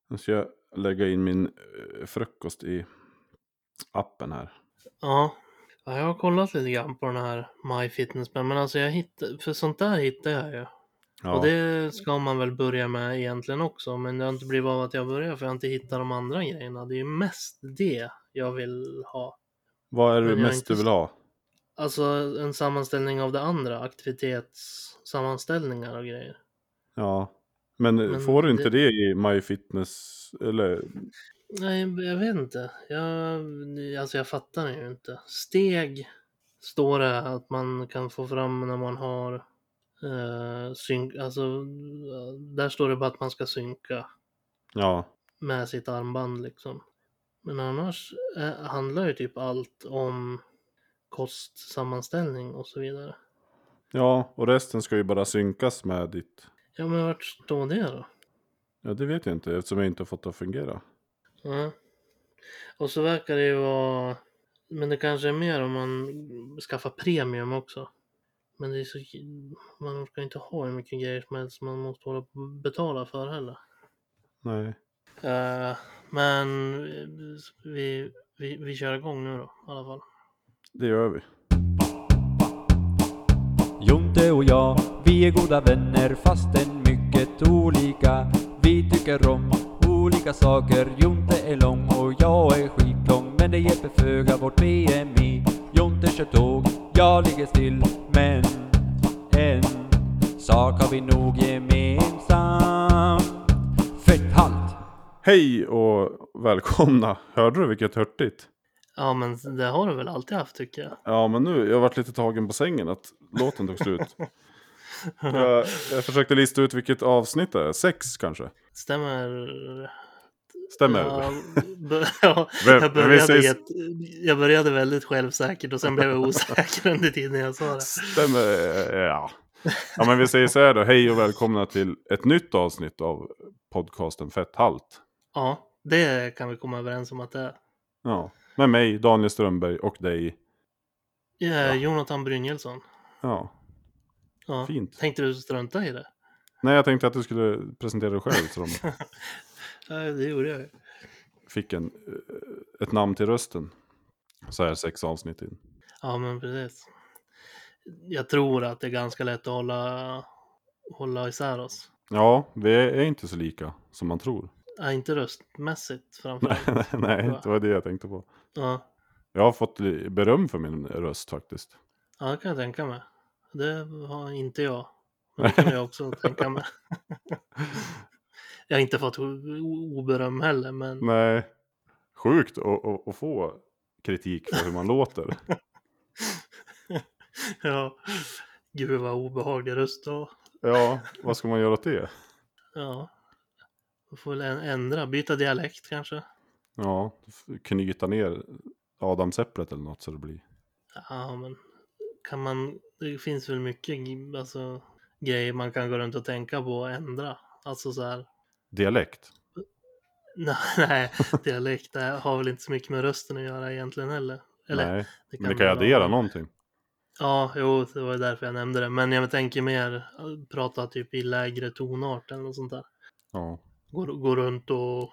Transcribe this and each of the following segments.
Nu ska jag lägga in min frukost i appen här. Ja, jag har kollat lite grann på den här MyFitnessPal, men alltså för sånt där hittar jag ju. Och Ja. det ska man väl börja med egentligen också, men det har inte blivit av att jag börjar för jag har inte hittat de andra grejerna. Det är mest det jag vill ha. Vad är det Men jag har mest inte... du vill ha? Alltså en sammanställning av det andra, aktivitetssammanställningar och grejer. Ja. Men får du inte det i MyFitness? Eller? Nej, jag vet inte. Jag fattar det ju inte. Steg står det att man kan få fram när man har alltså där står det bara att man ska synka Ja. med sitt armband liksom. Men annars handlar ju typ allt om kostsammanställning och så vidare. Ja, och resten ska ju bara synkas med ditt... Ja, men vart står det då? Ja, det vet jag inte eftersom jag inte har fått det att fungera. Ja. Och så verkar det ju vara, men det kanske är mer om man skaffar premium också. Men det är så, man ska inte ha hur mycket grejer som helst man måste hålla på och betala för heller. Nej. Men vi kör igång nu då i alla fall. Det gör vi. Jonte och jag, vi är goda vänner fastän mycket olika. Vi tycker om olika saker. Jonte är lång och jag är skitlång, men det hjälper föga vårt BMI. Jonte kör tåg, jag ligger still, men en sak har vi nog gemensam. Fett halt! Hej och välkomna. Hörde du vilket hurtigt? Ja, men det har du väl alltid haft tycker jag. Ja, men nu, jag har varit lite tagen på sängen att låten tog slut. jag försökte lista ut vilket avsnitt det är. 6 kanske? Stämmer. Stämmer. Ja, ja, jag började väldigt självsäkert och sen blev jag osäker under tiden jag sa det. Stämmer, ja. Ja, men vi säger så här då. Hej och välkomna till ett nytt avsnitt av podcasten Fett halt. Ja, det kan vi komma överens om att det är. Ja, med mig, Daniel Strömberg, och dig. Ja. Jonathan Brynjelsson. Ja, Ja. fint. Tänkte du strunta i det? Nej, jag tänkte att du skulle presentera dig själv. Så de Ja, det gjorde jag ju. fick ett namn till rösten. Så här 6 avsnitt in. Ja, men precis. Jag tror att det är ganska lätt att hålla isär oss. Ja, vi är inte så lika som man tror. Ja, inte röstmässigt framförallt. Nej, det var det jag tänkte på. Ja. Jag har fått beröm för min röst faktiskt. Ja, det kan jag tänka mig. Det har inte jag. Men det kan jag också tänka mig. Jag har inte fått oberöm heller, men... Nej, sjukt att få kritik för hur man låter. Ja, gud vad obehaglig röst då. Ja, vad ska man göra åt det? Ja, man får väl byta dialekt kanske. Ja, knyta ner adamsäpplet eller något så det blir. Ja, men det finns väl mycket alltså, grejer man kan gå runt och tänka på och ändra. Alltså så här, Dialekt? nej, dialekt det har väl inte så mycket med rösten att göra egentligen heller. Eller, Nej, det men det kan ju väl addera ha. någonting. Ja, jo, det var därför jag nämnde det. Men jag tänker mer prata typ i lägre tonart eller något sånt där. Ja. Gå runt och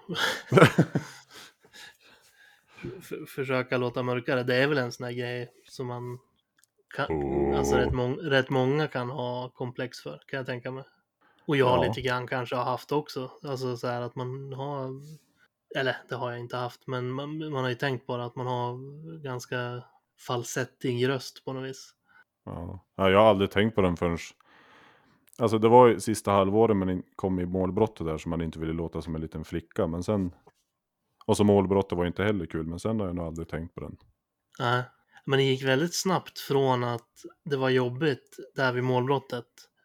försöka låta mörkare. Det är väl en sån här grej som man kan, alltså rätt många kan ha komplex för, kan jag tänka mig. Och jag lite grann kanske har haft också. Alltså så här att man har, eller det har jag inte haft, men man har ju tänkt på det att man har ganska falsettig röst på något vis. Ja, jag har aldrig tänkt på den förrän. Alltså det var ju sista halvåret men kom i målbrottet där så man inte ville låta som en liten flicka. Men sen, och så målbrottet var inte heller kul, men sen har jag nog aldrig tänkt på den. Nej, men det gick väldigt snabbt från att det var jobbigt där vid målbrottet.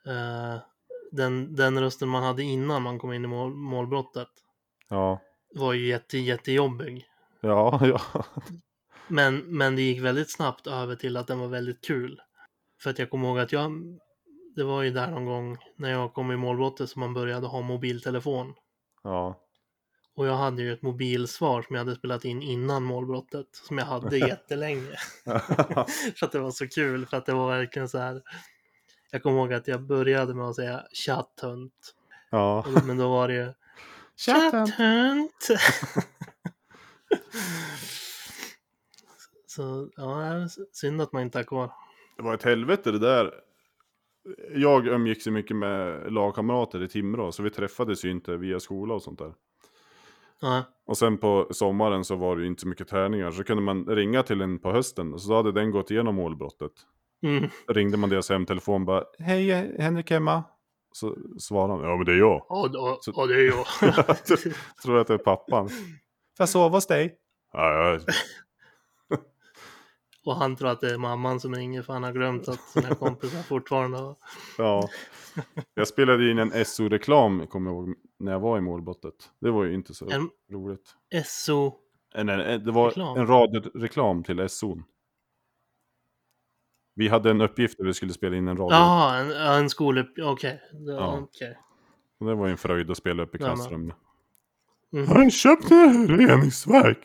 Den rösten man hade innan man kom in i målbrottet var ju jättejobbig. Ja. Men det gick väldigt snabbt över till att den var väldigt kul. För att jag kommer ihåg att det var ju där någon gång när jag kom i målbrottet som man började ha mobiltelefon. Ja. Och jag hade ju ett mobilsvar som jag hade spelat in innan målbrottet. Som jag hade jättelänge. För att det var så kul. För att det var verkligen så här. Jag kommer ihåg att jag började med att säga chatthönt. Ja. Men då var det ju. Chatthunt! Så ja, synd att man inte har kvar. Det var ett helvete det där. Jag umgicks ju mycket med lagkamrater i Timrå, så vi träffades ju inte via skola och sånt där. Ja. Och sen på sommaren så var det ju inte så mycket träningar, så kunde man ringa till en på hösten, och så hade den gått igenom målbrottet. Mm. Ringde man deras hemtelefon bara, hej Henrik hemma? Så svarade han, ja men det är jag. Ja, det är jag. Tror att det är pappan. Får jag sova hos dig? Ja. Och han tror att det är mamman som ringer för han har glömt att sina kompisar fortfarande har... Ja. Jag spelade in en SO-reklam, kommer jag ihåg, när jag var i målbrottet. Det var ju inte så roligt. SO... Det var reklam. en radioreklam till SO. Vi hade en uppgift där vi skulle spela in en radio. Jaha, en skoluppgift. Okej. Ja. Okej. Och det var ju en fröjd att spela upp i Ja, men. klassrummet. Mm. Han köpte reningsverk.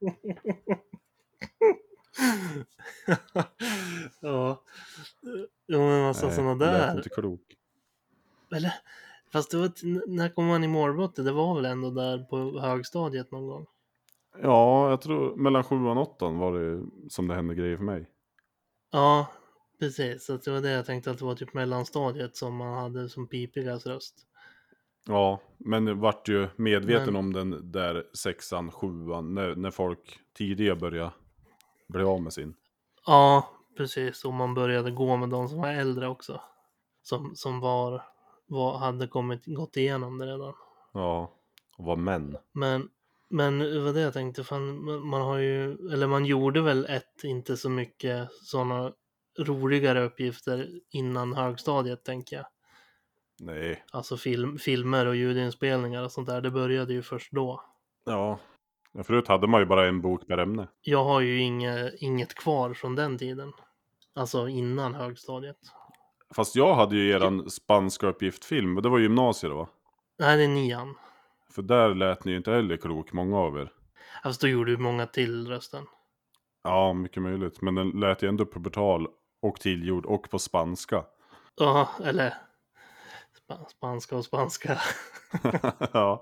Ja. Jo, men massa sådana Det lät där. inte klok. Eller, fast det var, när kom man i målbrottet? Det var väl ändå där på högstadiet någon gång? Ja, jag tror mellan 7 och 8 var det som det hände grejer för mig. Ja, precis. Så det var det jag tänkte, att det var typ mellanstadiet som man hade som pipigas röst. Ja, men det vart ju medveten Men- om den där 6:an, 7:an, när folk tidigare började bli av med sin. Ja, precis. Och man började gå med de som var äldre också. Som hade gått igenom det redan. Ja, och var män. Men det var det jag tänkte, fan, man har ju, eller man gjorde väl inte så mycket sådana roligare uppgifter innan högstadiet, tänker jag. Nej. Alltså filmer och ljudinspelningar och sånt där, det började ju först då. Ja, förut hade man ju bara en bok per ämne. Jag har ju inget kvar från den tiden. Alltså innan högstadiet. Fast jag hade ju eran spanska uppgiftfilm, och det var gymnasiet va? Nej, det är 9:an. För där lät ni ju inte heller klok, många av er. Alltså då gjorde ju många till rösten. Ja, mycket möjligt. Men den lät ju ändå pubertal och tillgjord och på spanska. Ja, eller spanska och spanska. Ja.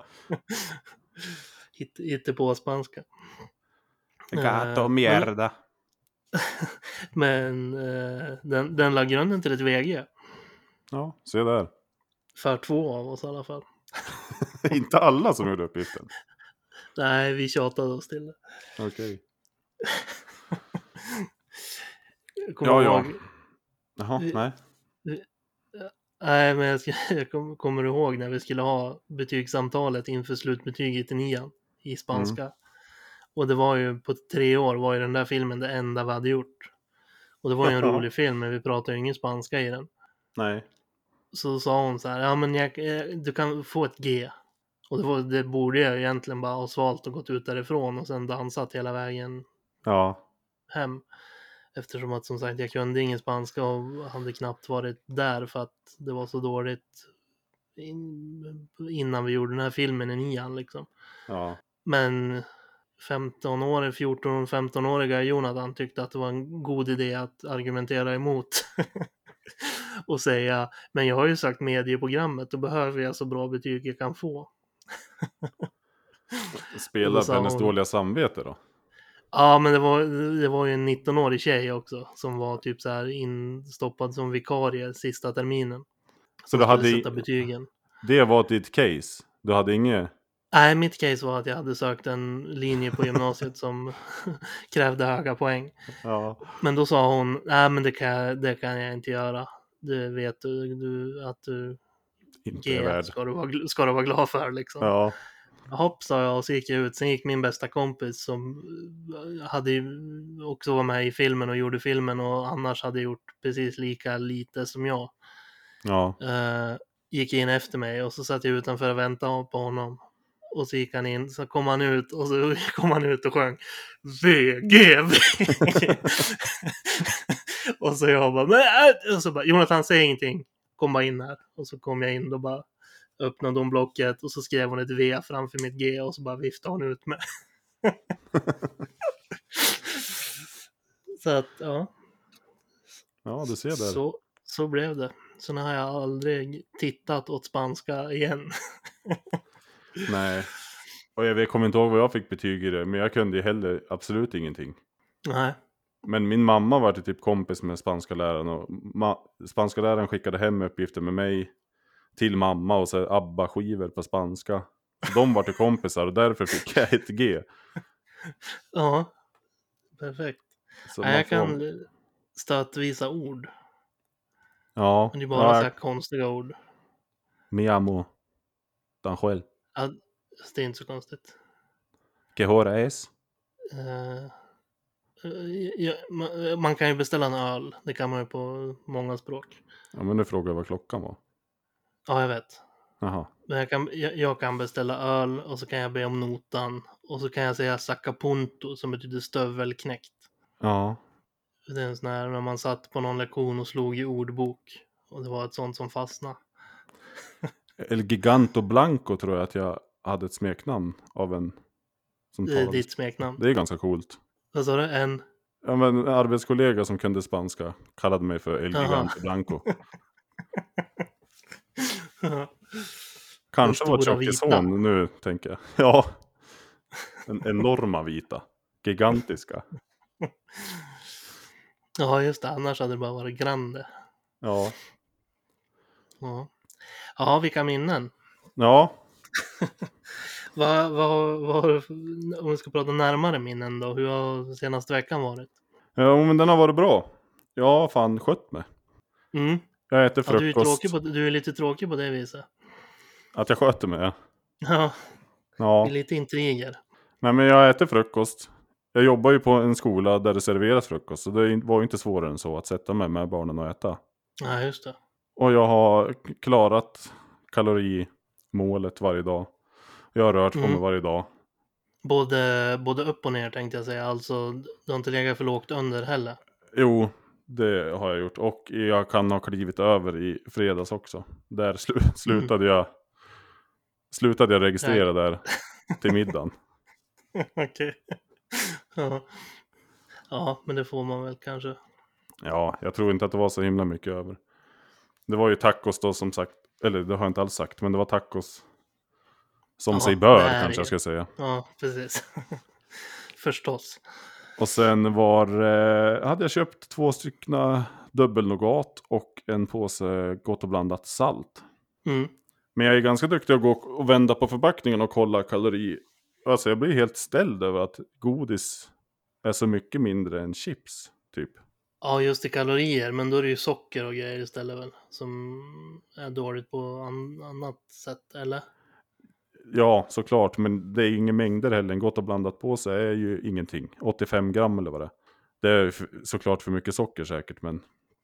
Hitte på spanska. Gato mierda. Men den la grunden till ett VG. Ja, se där. För 2 av oss i alla fall. Inte alla som gjorde uppgiften. Nej, vi tjatade oss till det. Okej. Jag kommer ihåg... Jaha, nej. Nej, men jag kommer ihåg när vi skulle ha betygssamtalet inför slutbetyget i 9:an i spanska. Och det var ju på 3 år var ju den där filmen det enda vi hade gjort. Och det var ju en rolig film, men vi pratade ju ingen spanska i den. Nej. Så sa hon så här, ja men du kan få ett G. Och det borde jag egentligen bara ha svalt och gått ut därifrån och sen dansat hela vägen Ja. hem. Eftersom att som sagt jag kunde ingen spanska och hade knappt varit där för att det var så dåligt innan vi gjorde den här filmen i 9:an liksom. Ja. Men 14-15-åriga Jonathan tyckte att det var en god idé att argumentera emot. Och säga, men jag har ju sagt medieprogrammet, då behöver jag så bra betyg jag kan få. Spela sa på hennes hon- dåliga samvete då. Ja, men det var ju en 19-årig tjej också som var typ så här instoppad som vikarie sista terminen. Så Som du skulle hade sätta betygen. det var ditt case. Du hade inget. Nej, mitt case var att jag hade sökt en linje på gymnasiet som krävde höga poäng. Ja. Men då sa hon, nej men det kan jag inte göra. Det vet du att du Inte är G värd. ska du vara glad för liksom. Ja. Hopp, sa jag och så gick jag ut. Sen gick min bästa kompis som hade ju också var med i filmen och gjorde filmen och annars hade gjort precis lika lite som jag. Ja. Gick in efter mig och så satt jag utanför och väntade på honom. Och så gick han in, så kom han ut och så kom han ut och sjöng VG. Och så jag bara, och så bara, Jonathan säger ingenting, kom bara in här. Och så kom jag in och bara öppnade hon blocket och så skrev hon ett V framför mitt G och så bara viftade hon ut med. Så att, ja. Ja, du ser där. Så blev det. Så nu har jag aldrig tittat åt spanska igen. Nej. Och jag kommer inte ihåg vad jag fick betyg i det. Men jag kunde ju heller absolut ingenting. Nej. Men min mamma var typ kompis med spanska läraren. Och spanska läraren skickade hem uppgifter med mig till mamma. Och så ABBA-skivor på spanska. Så de var till kompisar och därför fick jag ett G. Ja, perfekt. Så Nej, man jag får... kan stötvisa ord. Ja. Men det är bara så Ja, här konstiga ord. mi amo. Tanjuel. Ja, det är inte så konstigt. Que hora es? Eh, ja, man kan ju beställa en öl. Det kan man ju på många språk. Ja, men nu frågar jag vad klockan var. Ja, jag vet. Jaha. Men jag kan beställa öl och så kan jag be om notan. Och så kan jag säga sacapunto som betyder stövelknäckt. Ja. Det är en sån här när man satt på någon lektion och slog i ordbok. Och det var ett sånt som fastnade. El Giganto Blanco tror jag att jag hade ett smeknamn av en som Det är talade. ditt smeknamn. Det är ganska coolt. Vad sa du? En? Ja, men en arbetskollega som kunde spanska kallade mig för El Aha. Giganto Blanco. Den Kanske var stora tjockison nu, tänker jag. Ja. Den enorma vita. Gigantiska. Ja, just det. Annars hade det bara varit grande. Ja. Ja, ja vilka minnen. Ja. Om vi ska prata närmare minnen då. Hur har senaste veckan varit? Ja, men den har varit bra. Jag har fan skött mig. Mm. Jag äter Ja, frukost. du är lite tråkig på det viset. Att jag sköter mig, ja. Ja, Ja. det är lite intriger. Nej, men jag äter frukost. Jag jobbar ju på en skola där det serveras frukost. Så det var ju inte svårare än så att sätta mig med barnen och äta. Ja, just det. Och jag har klarat kalorimålet varje dag. Jag har rört på mig varje dag. Både upp och ner tänkte jag säga. Alltså, du har inte legat för lågt under heller. Jo, det har jag gjort. Och jag kan ha klivit över i fredags också. Där slutade jag registrera där till middagen. Okej. Ja. Ja, men det får man väl kanske. Ja, jag tror inte att det var så himla mycket över. Det var ju tacos då som sagt. Eller det har jag inte alls sagt. Men det var tacos som Ja, sig bör det är kanske det. jag ska säga. Ja, precis. Förstås. Och sen hade jag köpt 2 stycken dubbelnougat och en påse gott och blandat salt. Mm. Men jag är ganska duktig att gå och vända på förpackningen och kolla kalori. Alltså jag blir helt ställd över att godis är så mycket mindre än chips, typ. Ja, just i kalorier. Men då är det ju socker och grejer istället väl. Som är dåligt på annat sätt, eller? Ja, såklart. Men det är ju inga mängder heller. En gott och blandat påse är ju ingenting. 85 gram eller vad det är. Det är såklart för mycket socker säkert, men...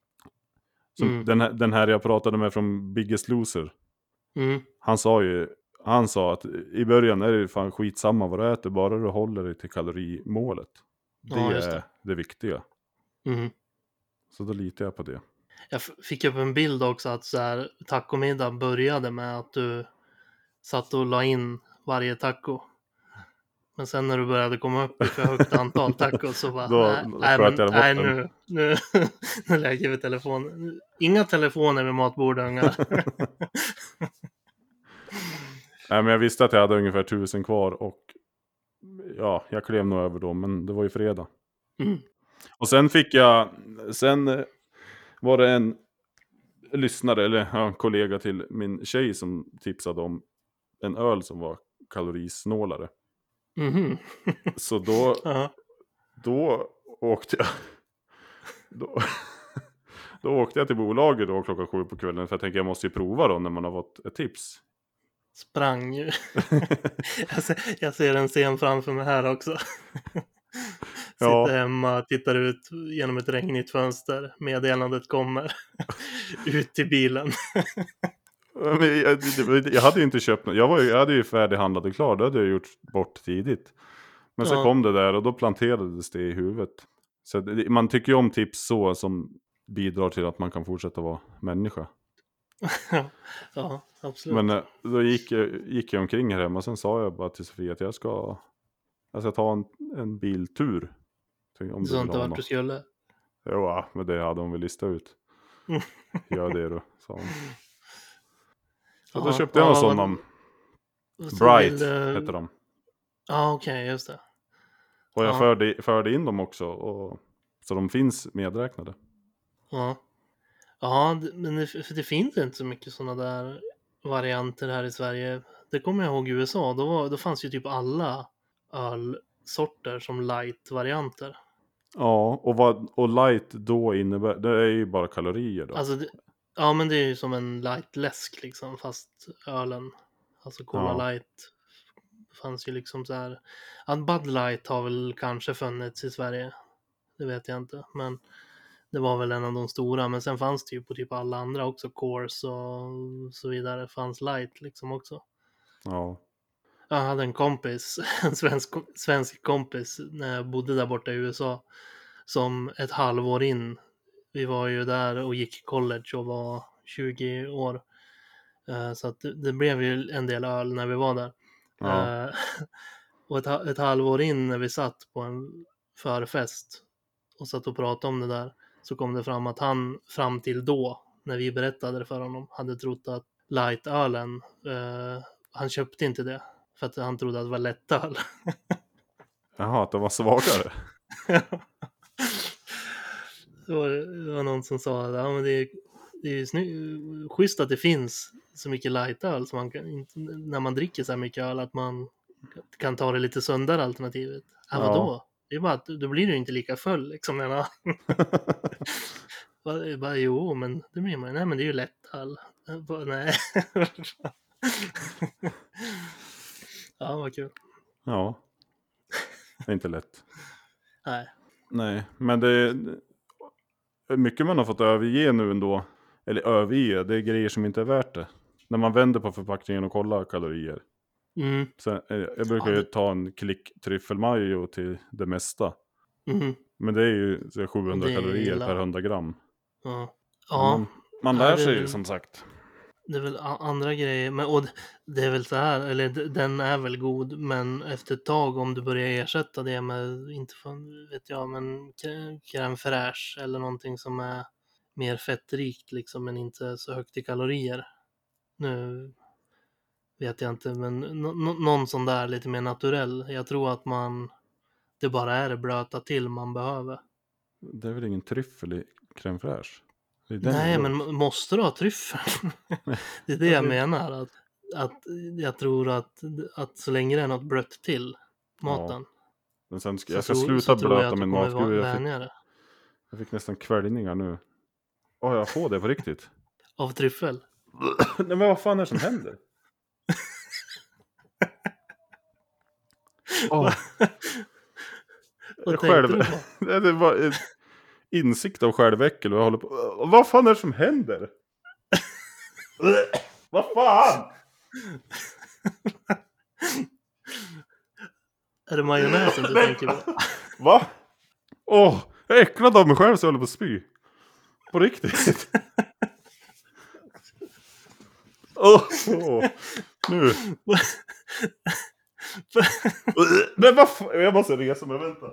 Den här jag pratade med från Biggest Loser. Mm. Han sa att i början är det fan skitsamma vad du äter. Bara du håller dig till kalorimålet. Det är det viktiga. Mm. Så då litar jag på det. Jag fick upp en bild också att så här, tacomiddag började med att du satt och la in varje taco. Men sen när du började komma upp i för högt antal tacos så bara, nu lägger vi telefonen. Inga telefoner med matbordet, ungar. Nej, men jag visste att jag hade ungefär 1000 kvar och ja, jag klev nog över då, men det var ju fredag. Mm. Och sen var det en lyssnare, eller en kollega till min tjej som tipsade om en öl som var kalorisnålare. Mm-hmm. Så då åkte jag då åkte jag till bolaget då klockan 7 på kvällen för jag tänkte jag måste ju prova då när man har fått ett tips. Sprang ju. jag ser en scen framför mig här också. Sitter hemma, tittar ut genom ett regnigt fönster. Meddelandet kommer. Ut till bilen. Men jag hade ju inte köpt något. Jag hade ju färdighandlat och klar. Det hade jag gjort bort tidigt. Men så kom det där och då planterades det i huvudet. Så man tycker ju om tips så som bidrar till att man kan fortsätta vara människa. Ja, absolut. Men då gick jag omkring här hemma. Sen sa jag bara till Sofia att jag ska ta en biltur. Om så inte vart du skulle? Ja, men det hade hon väl listat ut. Gör det då, sa hon. Så då köpte jag en sån. Så Bright vill, heter de. Ja, okej, just det. Och jag Ja. förde in dem också. Så de finns medräknade. Ja, ja men för det finns inte så mycket sådana där varianter här i Sverige. Det kommer jag ihåg i USA. Då fanns ju typ alla ölsorter som light-varianter. Ja, och light då innebär, det är ju bara kalorier då. Alltså, ja, men det är ju som en light-läsk liksom, fast ölen. Alltså Cola Ja. Light fanns ju liksom så här. Ja, Bud Light har väl kanske funnits i Sverige. Det vet jag inte, men det var väl en av de stora. Men sen fanns det ju på typ alla andra också, Coors och så vidare. Fanns Light liksom också. Ja. Jag hade en kompis, en svensk kompis när jag bodde där borta i USA. Som ett halvår in, vi var ju där och gick college och var 20 år. Så att det blev ju en del öl när vi var där. Ja. Och ett halvår in när vi satt på en förfest och satt och pratade om det där, så kom det fram att han fram till då, när vi berättade det för honom, hade trott att lightölen, han köpte inte det för att han trodde att det var lättöl. Jaha, att det var svagare. Det var någon som sa att ja, men det är schysst att det finns så mycket lightöl så man kan, när man dricker så här mycket öl, att man kan ta det lite sundare alternativet. Ja, vadå? Det är bara att då blir du inte lika full liksom. Bara, jo, men det blir man. Nej, men det är ju lättöl. Nej. Ja, vad kul. Ja. Det är inte lätt. Nej. Nej, men det är mycket man har fått överge nu ändå. Eller överge, det är grejer som inte är värt det. När man vänder på förpackningen och kollar kalorier. Mm. Så, jag brukar ju ta en klick tryffelmajo till det mesta. Mm. Men det är ju så 700 Det är kalorier illa. per 100 gram. Ja. Men Ja. man Ja, lär det är sig ju väl- som sagt. Det är väl andra grejer, men och det är väl så här, eller den är väl god, men efter ett tag om du börjar ersätta det med, inte fan vet jag, men crème fraîche eller någonting som är mer fettrikt liksom, men inte så högt i kalorier. Nu vet jag inte, men någon sån där lite mer naturell. Jag tror att det bara är det blöta till man behöver. Det är väl ingen tryffel i crème fraîche? Det är den Nej, jag men gör. måste du ha tryffel? Det är det jag menar. Att jag tror att så länge det är något blött till maten. Men sen Så jag ska tror sluta jag blöta att du min kommer mat. Gud, vänja dig jag fick nästan kvällningar nu. Jag får det på riktigt. av tryffel. Nej, men vad fan är det som händer? Vad tänkte du på? Det var en insikt av själväckel och jag håller på. Vad fan är det som händer? Vad fan? Är det majonnäsen du tänker på? Va? Jag är äcklad av mig själv så jag håller på att spy. På riktigt. Nu. Nej, vad fan? Jag måste resa mig, vänta.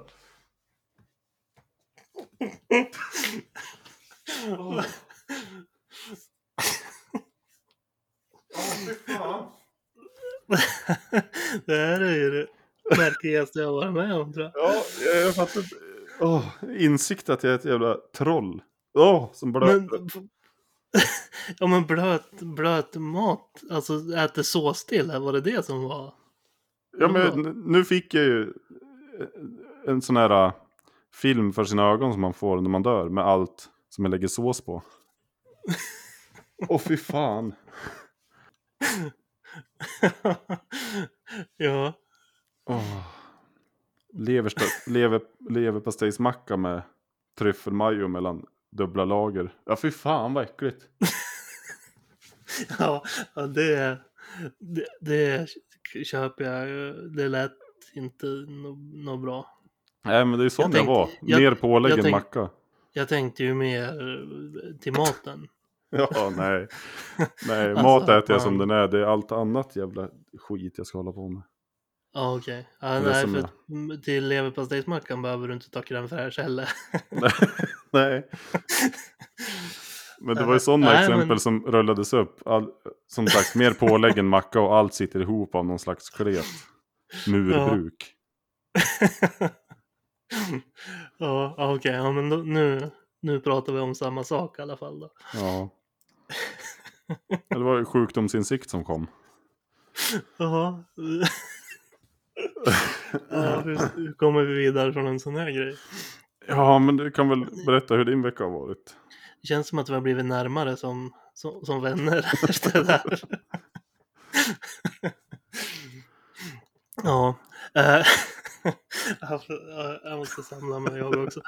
Fy fan. Det här är ju det märkligaste jag har varit med om, tror jag. Ja, jag fattar inte. Insikt att jag är ett jävla troll. Som bara... Men, ja, men blöt mat, alltså äter sås till, var det som var? Ja, men nu fick jag ju en sån här film för sina ögon som man får när man dör. Med allt som jag lägger sås på. Fy fan. Ja. Leverpastejsmacka med tryffelmajo mellan dubbla lager. Ja, fy fan vad äckligt. Ja, det köper jag. Det lät inte något bra. Nej, men det är sån jag tänkte- var. jag- Ner pålägg jag en tänk- macka. Jag tänkte ju mer till maten. Ja, nej. Nej, Alltså, mat att äter jag som man- den är. Det är allt annat jävla skit jag ska hålla på med. Ja, okej. Ja, Det är nej, som för till leverpastejsmackan behöver du inte ta crème fraîche heller. Nej. Men det var ju sådana Nej, exempel men- som rullades upp. Som sagt, mer pålägg än macka och allt sitter ihop av någon slags klet. Murbruk. Ja, okej. Ja, men då, nu pratar vi om samma sak i alla fall då. Ja. Det var ju sjukdomsinsikt som kom. Jaha. Ja, hur kommer vi vidare från en sån här grej? Ja, men du kan väl berätta hur din vecka har varit. Det känns som att vi har blivit närmare som vänner efter det där. Ja. Jag måste samla mig jag också.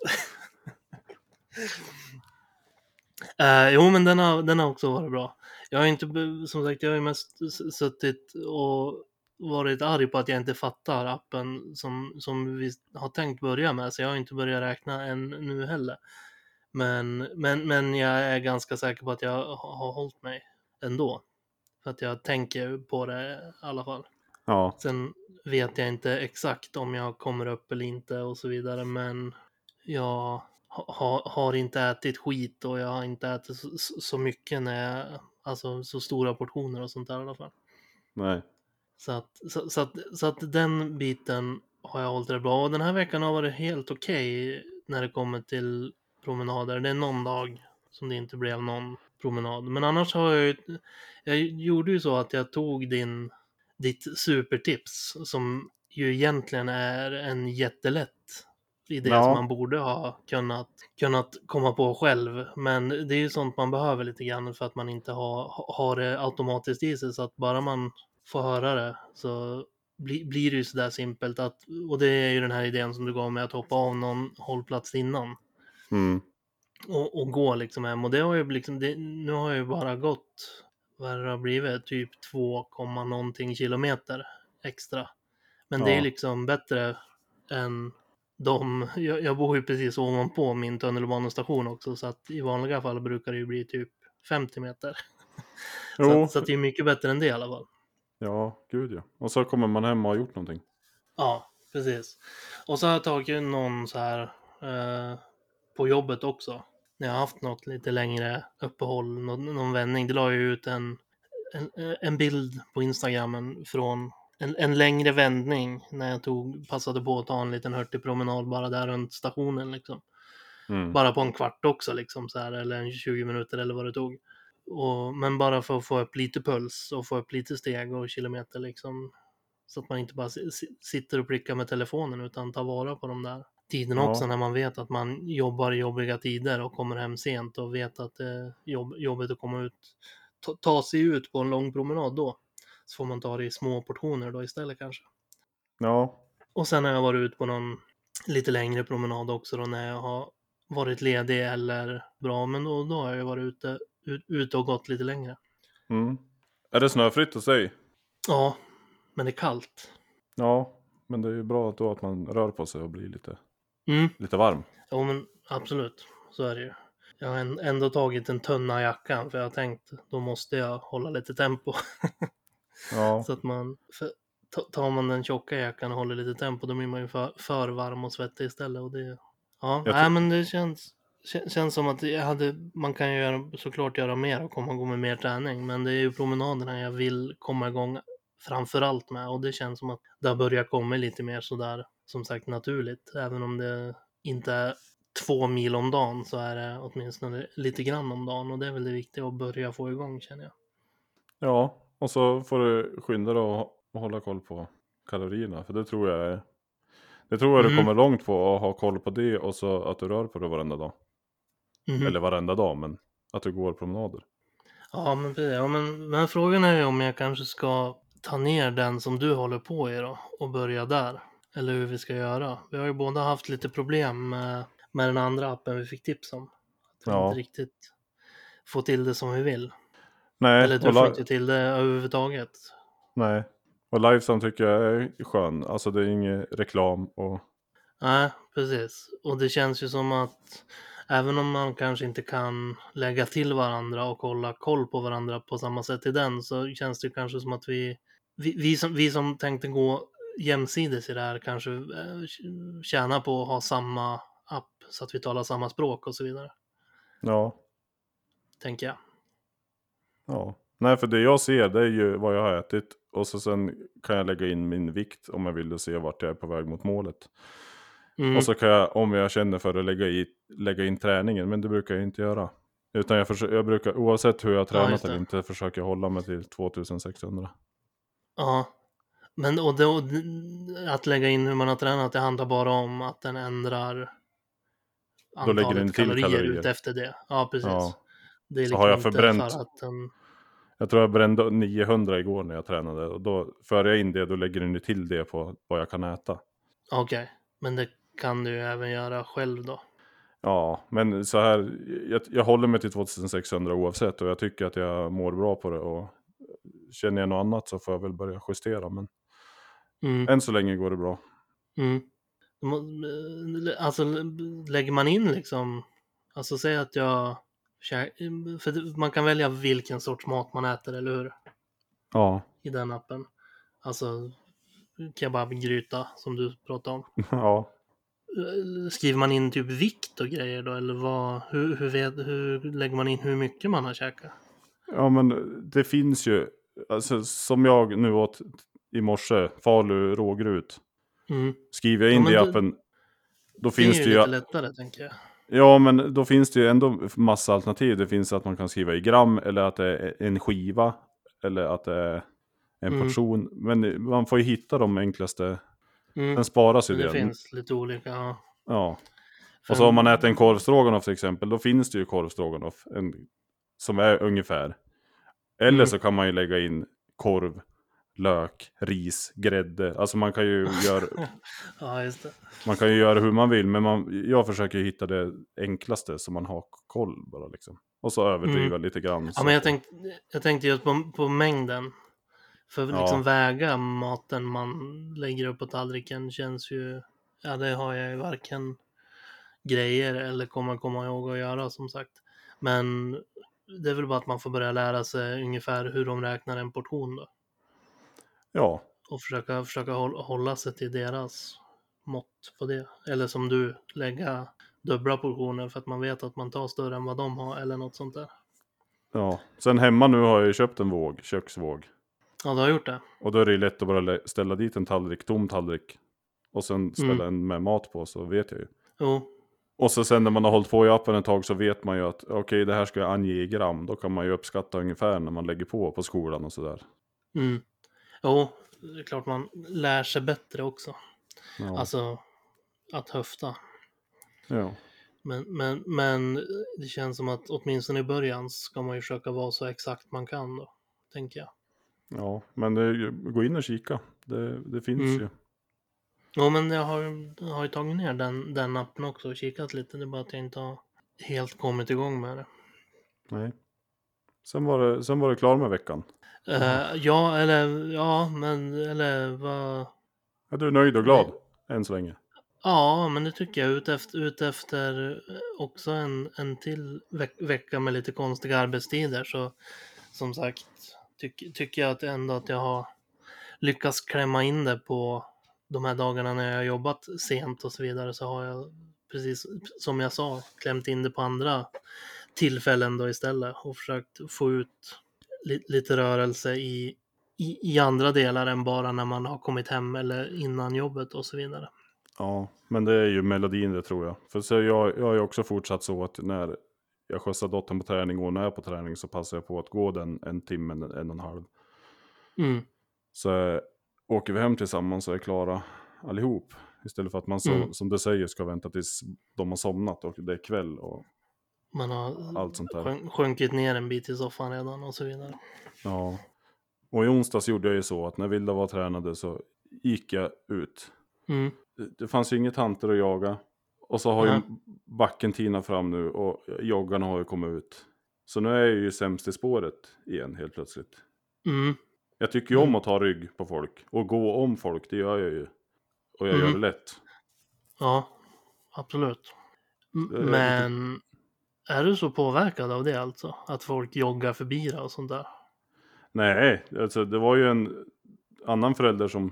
Jo, men den har också varit bra. Jag har inte, som sagt, jag har ju mest suttit och varit arg på att jag inte fattar appen som vi har tänkt börja med, så jag har inte börjat räkna än nu heller. Men jag är ganska säker på att jag har hållit mig ändå. För att jag tänker på det i alla fall. Ja, Sen vet jag inte exakt om jag kommer upp eller inte och så vidare, men jag har inte ätit skit och jag har inte ätit så mycket när jag, alltså så stora portioner och sånt där i alla fall. nej. Så att den biten har jag hållit det bra. Och den här veckan har varit helt okej när det kommer till promenader. Det är någon dag som det inte blev någon promenad. Men annars har jag gjorde ju så att jag tog ditt supertips som ju egentligen är en jättelätt idé Ja. som man borde ha kunnat komma på själv. Men det är ju sånt man behöver lite grann för att man inte har det automatiskt i sig. Så att bara man får höra det så blir det ju sådär simpelt att, och det är ju den här idén som du gav mig att hoppa av någon hållplats innan Mm. och gå liksom hem. Och det har ju liksom, nu har jag ju bara gått, vad det har blivit, typ 2, någonting kilometer extra. Men det är Ja. liksom bättre än jag bor ju precis ovanpå min tunnelbanestation också, så att i vanliga fall brukar det ju bli typ 50 meter. Jo, Så att det är mycket bättre än det i alla fall. ja, gud ja. Och så kommer man hem och har gjort någonting. Ja, precis. Och så har jag tagit någon så här på jobbet också. När jag har haft något lite längre uppehåll, någon vändning. Det la jag ut en bild på Instagramen från en längre vändning när jag passade på att ta en liten hurtig promenad bara där runt stationen liksom. Mm. Bara på en kvart också liksom så här, eller en 20 minuter eller vad det tog. Men bara för att få upp lite puls och få upp lite steg och kilometer liksom. Så att man inte bara sitter och prickar med telefonen utan tar vara på de där tiderna Ja. också när man vet att man jobbar i jobbiga tider och kommer hem sent och vet att det är jobbigt att komma ut, ta sig ut på en lång promenad då. Så får man ta det i små portioner då istället kanske. Ja, Och sen har jag varit ute på någon lite längre promenad också då när jag har varit ledig eller bra, men då har jag varit ute och gått lite längre. mm. Är det snöfritt hos dig? Ja, men det är kallt. Ja, men det är ju bra då att man rör på sig och blir lite varm. Jo, men absolut, så är det ju. Jag har ändå tagit den tunna jackan för jag har tänkt då måste jag hålla lite tempo. Ja, Så att tar man den tjocka jackan och håller lite tempo då blir man ju för varm och svettig istället. Och det, ja, nej, men det känns som att man kan ju såklart göra mer och komma igång med mer träning. Men det är ju promenaderna jag vill komma igång framförallt med. Och det känns som att det har börjat komma lite mer sådär, som sagt, naturligt. Även om det inte är 2 mil om dagen så är det åtminstone lite grann om dagen. Och det är väl det viktiga att börja få igång, känner jag. ja, och så får du skynda dig och hålla koll på kalorierna. För det tror jag du kommer långt på att ha koll på det och så att du rör på det varenda dag. Eller varenda dag, men att du går promenader. Ja, men precis. Ja, men frågan är ju om jag kanske ska ta ner den som du håller på i då och börja där. Eller hur vi ska göra. Vi har ju båda haft lite problem med den andra appen vi fick tips om. Att vi Ja. inte riktigt får till det som vi vill. Nej, Eller du får inte till det överhuvudtaget. nej. Och Lifesum tycker jag är skön. Alltså det är ingen reklam och... Nej, precis. Och det känns ju som att även om man kanske inte kan lägga till varandra och hålla koll på varandra på samma sätt i den, så känns det kanske som att vi som tänkte gå jämsides i det här kanske tjänar på att ha samma app så att vi talar samma språk och så vidare. Ja. tänker jag. Ja. Nej, för det jag ser det är ju vad jag har ätit. Och så sen kan jag lägga in min vikt om jag vill se vart jag är på väg mot målet. Mm. Och så kan jag, om jag känner för att lägga in träningen. Men det brukar jag inte göra. Utan jag brukar, oavsett hur jag har Ja, tränat just det. eller inte, försöka hålla mig till 2600. Ja. Men och då, att lägga in hur man har tränat, det handlar bara om att den ändrar Då lägger den antalet till kalorier kalorier. ut efter det. Ja, precis. Ja. Det är Så liksom har jag inte förbränt- för att den... Jag tror jag brände 900 igår när jag tränade. Och då för jag in det, då lägger den ju till det på vad jag kan äta. Okej, men det kan du ju även göra själv då. Ja, men så här, jag håller mig till 2600 oavsett. Och jag tycker att jag mår bra på det. Och känner jag något annat så får jag väl börja justera. Men Mm. än så länge går det bra. Mm. Alltså lägger man in liksom, alltså säg att jag, för man kan välja vilken sorts mat man äter, eller hur? Ja, I den appen. Alltså kebabgryta som du pratade om. ja. Skriver man in typ vikt och grejer då, eller vad, hur lägger man in hur mycket man har käkat? Ja, men det finns ju, alltså som jag nu åt i morse, Falu rågrut. Mm. Skriver jag Ja, in men det i det- appen, då Det finns är det ju ju... lite lättare, tänker jag. Ja, men då finns det ju ändå massa alternativ. Det finns att man kan skriva i gram, eller att det är en skiva, eller att det är en Mm. portion. Men man får ju hitta de enklaste. Mm. Den sparas ju Men det det. finns lite olika, ja. Ja. För Och så om man äter en korvstroganoff till exempel, då finns det ju korvstroganoff som är ungefär. Eller Mm. så kan man ju lägga in korv, lök, ris, grädde. Alltså man kan ju göra... Ja, just det. Man kan ju göra hur man vill, men jag försöker hitta det enklaste så man har koll bara liksom. Och så överdriva lite grann. Ja, så men att jag tänkte just på mängden. För Ja. liksom väga maten man lägger upp på tallriken känns ju... Ja, det har jag ju varken grejer eller kommer komma ihåg att göra, som sagt. Men det är väl bara att man får börja lära sig ungefär hur de räknar en portion då. Ja, Och försöka hålla sig till deras mått på det. Eller som du, lägga dubbla portioner för att man vet att man tar större än vad de har, eller något sånt där. ja. Sen hemma nu har jag ju köpt en köksvåg. Ja, du har gjort det. Och då är det ju lätt att bara ställa dit en tom tallrik. Och sen ställa en med mat på, så vet jag ju. Jo, Och så sen när man har hållit på i appen ett tag så vet man ju att okej, det här ska jag ange i gram. Då kan man ju uppskatta ungefär när man lägger på skolan och sådär. mm. Jo, det är klart man lär sig bättre också. Ja. Alltså, att höfta. Ja. Men det känns som att åtminstone i början ska man ju försöka vara så exakt man kan då, tänker jag. Ja, men gå in och kika. Det finns ju. Jo, men jag har ju tagit ner den appen också och kikat lite. Det är bara att jag inte har helt kommit igång med det. Nej. Sen var det klar med veckan. Ja, eller vad... Är du nöjd och glad än så länge? Ja, men det tycker jag. Ut efter också en till vecka med lite konstiga arbetstider, så som sagt tycker jag att jag har lyckats klämma in det på de här dagarna när jag har jobbat sent och så vidare, så har jag, precis som jag sa, klämt in det på andra tillfällen då istället och försökt få ut lite rörelse i andra delar än bara när man har kommit hem eller innan jobbet och så vidare. Ja, men det är ju melodin det, tror jag. För så jag har ju också fortsatt så att när jag skjutsar dottern på träning och när jag är på träning så passar jag på att gå den en timme, en och en halv. Mm. Så åker vi hem tillsammans så är klara allihop. Istället för att man som du säger ska vänta tills de har somnat och det är kväll och Man har allt sånt där. sjunkit ner en bit i soffan redan och så vidare. Ja. Och i onsdags gjorde jag ju så att när Vilda var tränade så gick jag ut. Mm. Det fanns ju inga tanter att jaga. Och så har ju backen tinat fram nu och joggarna har ju kommit ut. Så nu är jag ju sämst i spåret igen helt plötsligt. Mm. Jag tycker ju om att ta rygg på folk. Och gå om folk, det gör jag ju. Och jag gör det lätt. Ja, absolut. Men är du så påverkad av det alltså? Att folk joggar förbi dig och sånt där? Nej, alltså det var ju en annan förälder som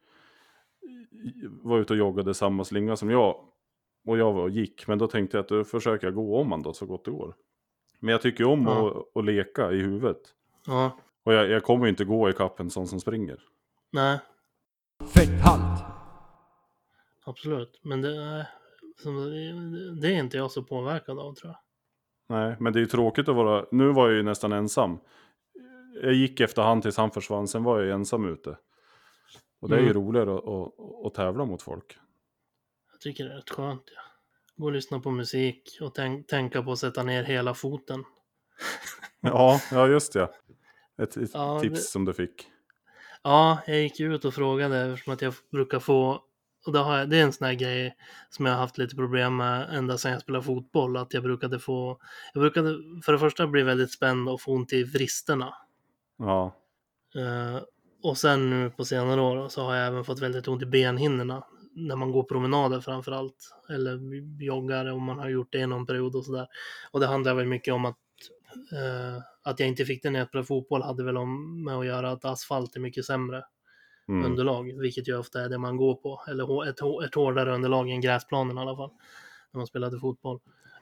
var ute och joggade samma slinga som jag. Och jag var och gick, men då tänkte jag att då försöker jag gå om han då så gott det går. Men jag tycker om Ja. att leka i huvudet. Ja, Och jag kommer ju inte gå i kapp en sån som springer. nej, Fetthalt. absolut. Men det är inte jag så påverkad av, tror jag. Nej, men det är ju tråkigt att vara... Nu var jag ju nästan ensam. Jag gick efter han tills han försvann, sen var jag ensam ute. Och det är ju roligare att tävla mot folk. Jag tycker det är rätt skönt. Ja. Gå och lyssna på musik och tänka på att sätta ner hela foten. Ja, just det. Ett Ja, tips som du fick. Ja, jag gick ut och frågade eftersom att jag brukar få, och det är en sån här grej som jag har haft lite problem med ända sedan jag spelade fotboll, att jag brukade för det första bli väldigt spänd och få ont i vristerna. Ja, Och sen nu på senare år så har jag även fått väldigt ont i benhinnorna när man går promenader framförallt, eller joggar om man har gjort det i någon period och sådär. Och det handlar väl mycket om att jag inte fick det när jag spelade fotboll hade väl med att göra att asfalt är mycket sämre underlag, vilket ju ofta är det man går på, eller ett hårdare underlag än gräsplanen i alla fall, när man spelade fotboll.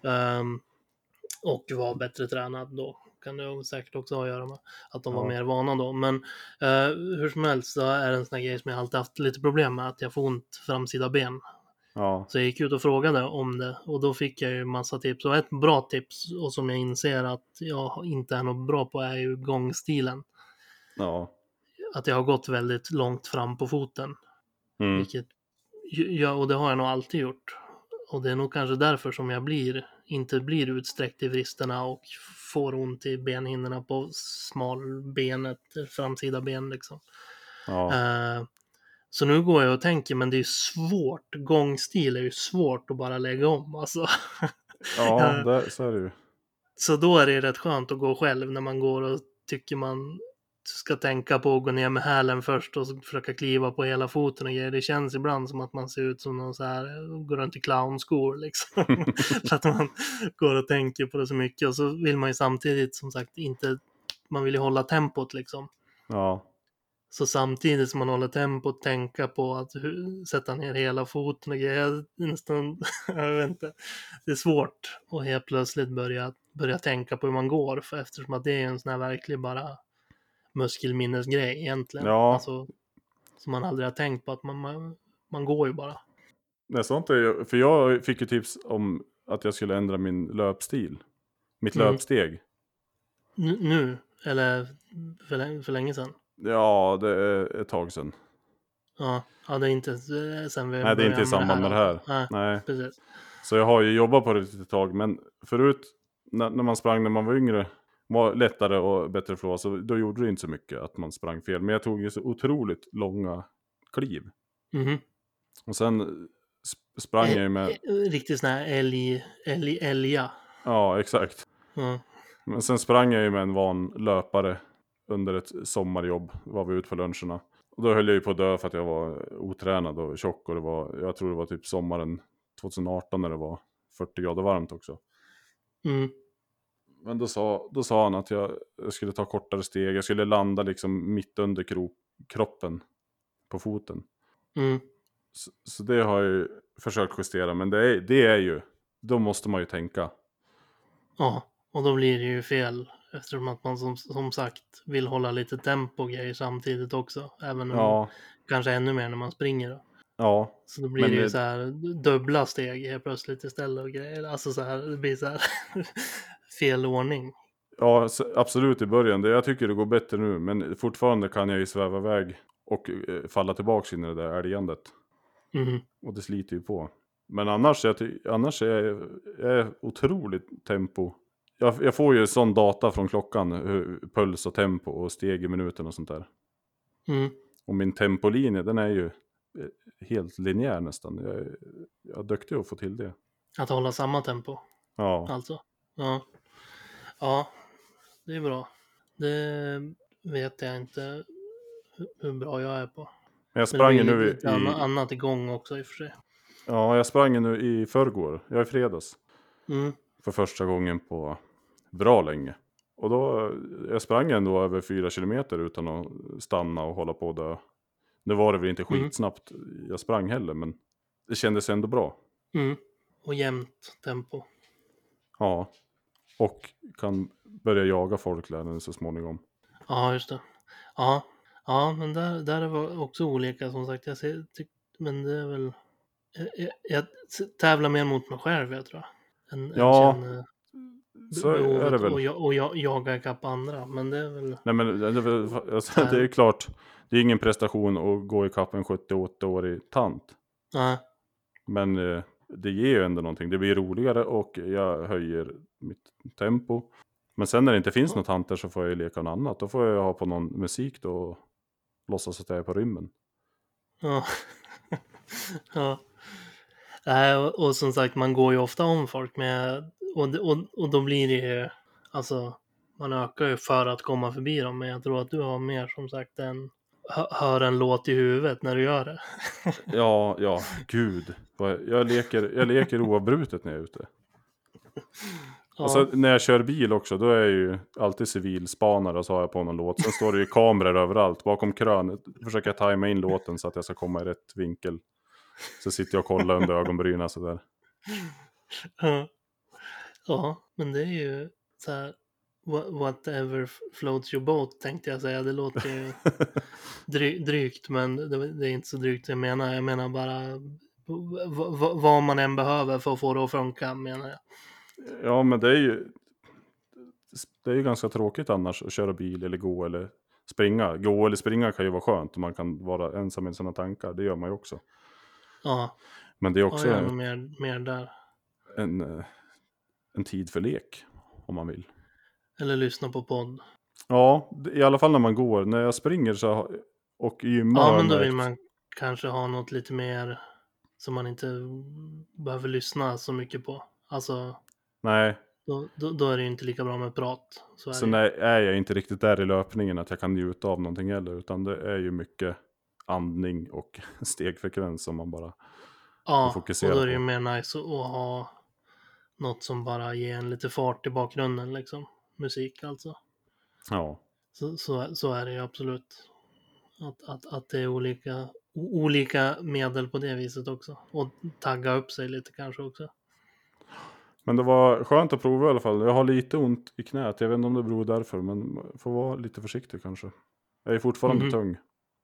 Och var bättre tränad då, kan det säkert också ha att göra med att de var mer vana då. Men hur som helst så är det en sån här grej som jag alltid haft lite problem med, att jag får ont framsida ben. ja, Så jag gick ut och frågade om det, och då fick jag ju massa tips. Och ett bra tips, och som jag inser att jag inte är något bra på, är ju gångstilen. ja. Att jag har gått väldigt långt fram på foten. Vilket, ja, och det har jag nog alltid gjort. Och det är nog kanske därför som jag inte blir utsträckt i vristerna och får ont i benhinnorna på smalbenet, framsida ben liksom. Ja. Så nu går jag och tänker, men det är svårt. Gångstil är ju svårt att bara lägga om. Alltså. Ja, så är det ju. Så då är det rätt skönt att gå själv när man går och tycker man ska tänka på att gå ner med hälen först och försöka kliva på hela foten och grejer. Det känns ibland som att man ser ut som någon så här, går runt i clownskor liksom. För att man går och tänker på det så mycket, och så vill man ju samtidigt som sagt inte, man vill ju hålla tempot liksom. Ja, Så samtidigt som man håller tempot, tänka på att sätta ner hela foten och grejer, nästan, jag vet inte, det är svårt att helt plötsligt börja tänka på hur man går, för eftersom att det är en sån här verklig bara muskelminnesgrej egentligen. Ja. Alltså, som man aldrig har tänkt på, att man går ju bara. det är sånt är, för jag fick ju tips om att jag skulle ändra min löpstil. Mitt löpsteg. Nu? Eller för länge sedan? Ja, det är ett tag sedan. Ja, det är inte sen vi Nej, det är inte i samband med det här. Nej. Precis. Så jag har ju jobbat på det ett tag, men förut när man sprang när man var yngre var lättare och bättre flow, så då gjorde det inte så mycket att man sprang fel. Men jag tog ju så otroligt långa kliv. Och sen sprang jag ju med... Riktigt sån här älga. Ja, exakt. Men sen sprang jag ju med en van löpare under ett sommarjobb, var vi ute på luncherna. Och då höll jag ju på att dö för att jag var otränad och tjock, och jag tror det var typ sommaren 2018 när det var 40 grader varmt också. Men då sa han att jag skulle ta kortare steg, jag skulle landa liksom mitt under kroppen på foten. Så det har jag ju försökt justera, men det är ju, då måste man ju tänka. Ja, och då blir det ju fel, eftersom att man som sagt vill hålla lite tempo och grejer samtidigt också. Även om kanske ännu mer när man springer då. Ja. Så då blir det ju så här dubbla steg helt plötsligt istället och grejer. Alltså så här, det blir så här fel ordning. Ja, absolut i början. Jag tycker det går bättre nu, men fortfarande kan jag ju sväva iväg och falla tillbaka in i det där älgandet. Och det sliter ju på. Men annars är jag otroligt tempo. Jag får ju sån data från klockan, puls och tempo och steg i minuten och sånt där. Och min tempolinje, den är ju helt linjär nästan. Jag är duktig att få till det. Att hålla samma tempo? Ja. Alltså? Ja, det är bra. Det vet jag inte hur bra jag är på. Jag sprang men det nu lite annat igång också i och för sig. Ja, jag sprang nu i förrgår. Jag är fredags. För första gången på bra länge. Och då, jag sprang ändå över 4 kilometer utan att stanna och hålla på och dö. Nu var det väl inte skitsnabbt jag sprang heller, men det kändes ändå bra. Och jämnt tempo. Ja. Och kan börja jaga folklärare så småningom. Ja, just det. Ja, men där var också olika som sagt. Men det är väl... Jag tävlar mer mot mig själv, jag tror jag. Än Ja, känner så är behovet det väl. och jaga ikapp andra. Men det är väl... Nej, men alltså, det är klart, det är ingen prestation att gå ikapp en 78-årig tant. Nej. Men det ger ju ändå någonting. Det blir roligare och jag höjer mitt tempo. Men sen när det inte finns något tanter så får jag ju leka något annat. Då får jag ha på någon musik då och låtsas att jag är på rymmen. Ja. Ja. Nej, och som sagt, man går ju ofta om folk med... Och då blir det ju... Alltså, man ökar ju för att komma förbi dem. Men jag tror att du har mer, som sagt, än... Hör en låt i huvudet när du gör det. Ja, gud. Jag leker oavbrutet när jag är ute. Ja. Och så när jag kör bil också, då är jag ju alltid civilspanare och så har jag på någon låt. Sen står det ju kameror överallt. Bakom krönet försöker jag tajma in låten så att jag ska komma i rätt vinkel. Så sitter jag och kollar under ögonbrynen sådär. Ja, men det är ju så här... Whatever floats your boat, tänkte jag säga. Det låter ju drygt, men det är inte så drygt jag menar. Jag menar bara vad man än behöver för att få det att funka, menar jag. Ja, men det är ju ganska tråkigt annars att köra bil eller gå eller springa. Gå eller springa kan ju vara skönt och man kan vara ensam med sina tankar. Det gör man ju också. Ja, Men det är också jag är nog mer där. en tid för lek om man vill. Eller lyssna på podd. Ja, i alla fall när man går. När jag springer så och gymmar. Ja, men då vill man kanske ha något lite mer som man inte behöver lyssna så mycket på. Alltså, Nej. då är det ju inte lika bra med prat. Så nej, är jag inte riktigt där i löpningen att jag kan njuta av någonting heller. Utan det är ju mycket andning och stegfrekvens som man bara fokuserar på. Och då är det ju mer nice att ha något som bara ger en lite fart i bakgrunden liksom. Musik alltså. Ja. Så är det ju absolut. Att det är olika medel på det viset också. Och tagga upp sig lite kanske också. Men det var skönt att prova i alla fall. Jag har lite ont i knät. Jag vet inte om det beror därför. Men får vara lite försiktig kanske. Jag är fortfarande tung.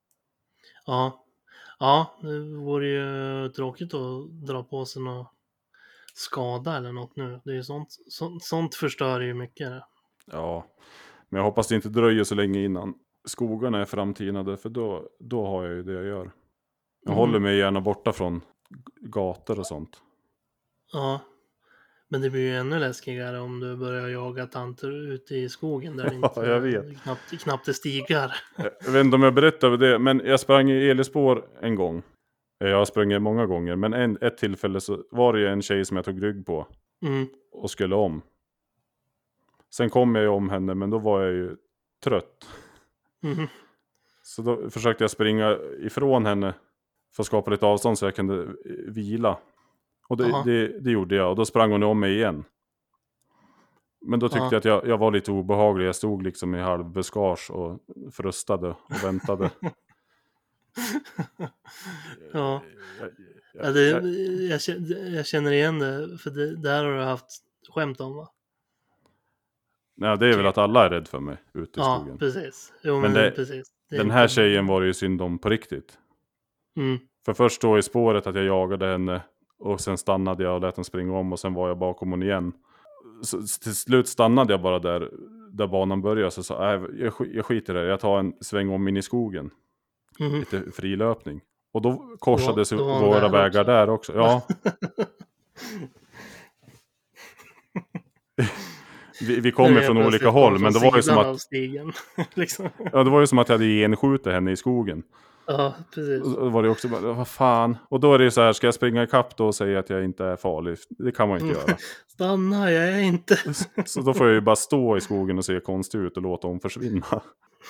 Ja, det vore ju tråkigt att dra på sig någon skada eller något nu. Det är ju sånt förstör ju mycket. Det. Ja, men jag hoppas det inte dröjer så länge innan skogarna är framtinade. För då har jag ju det jag gör. Jag håller mig gärna borta från gator och sånt. Ja, men det blir ju ännu läskigare om du börjar jaga tanter ute i skogen där det inte jag vet. knappt är stigar. Jag vet inte om jag berättar över det, men jag sprang i elspår en gång. Jag har sprungit många gånger, men ett tillfälle så var det ju en tjej som jag tog rygg på. Och skulle om. Sen kom jag ju om henne, men då var jag ju trött. Så då försökte jag springa ifrån henne för att skapa lite avstånd så jag kunde vila. Och det gjorde jag, och då sprang hon om mig igen. Men då tyckte jag att jag var lite obehaglig. Jag stod liksom i halvbuskage och frustade och väntade. Ja. Jag känner igen det, för det där har du haft skämt om, va? Nej, det är väl att alla är rädda för mig ute i skogen. Ja, precis. Jo, men precis. Den här tjejen var det ju synd om på riktigt. För först då i spåret att jag jagade henne. Och sen stannade jag och lät henne springa om. Och sen var jag bakom hon igen. Så till slut stannade jag bara där banan började. Så sa jag skiter i det. Jag tar en sväng om in i skogen. Lite frilöpning. Och då korsades våra vägar där också. Ja. vi kommer från olika håll. Men det var ju som att stigen, liksom. Ja, det var ju som att jag hade genskjutit henne i skogen. Ja, precis. Och då var det också bara, vad fan. Och då är det ju så här, ska jag springa ikapp då och säga att jag inte är farlig? Det kan man inte göra. Stanna, jag är inte. Så då får jag ju bara stå i skogen och se konstigt ut och låta hon försvinna.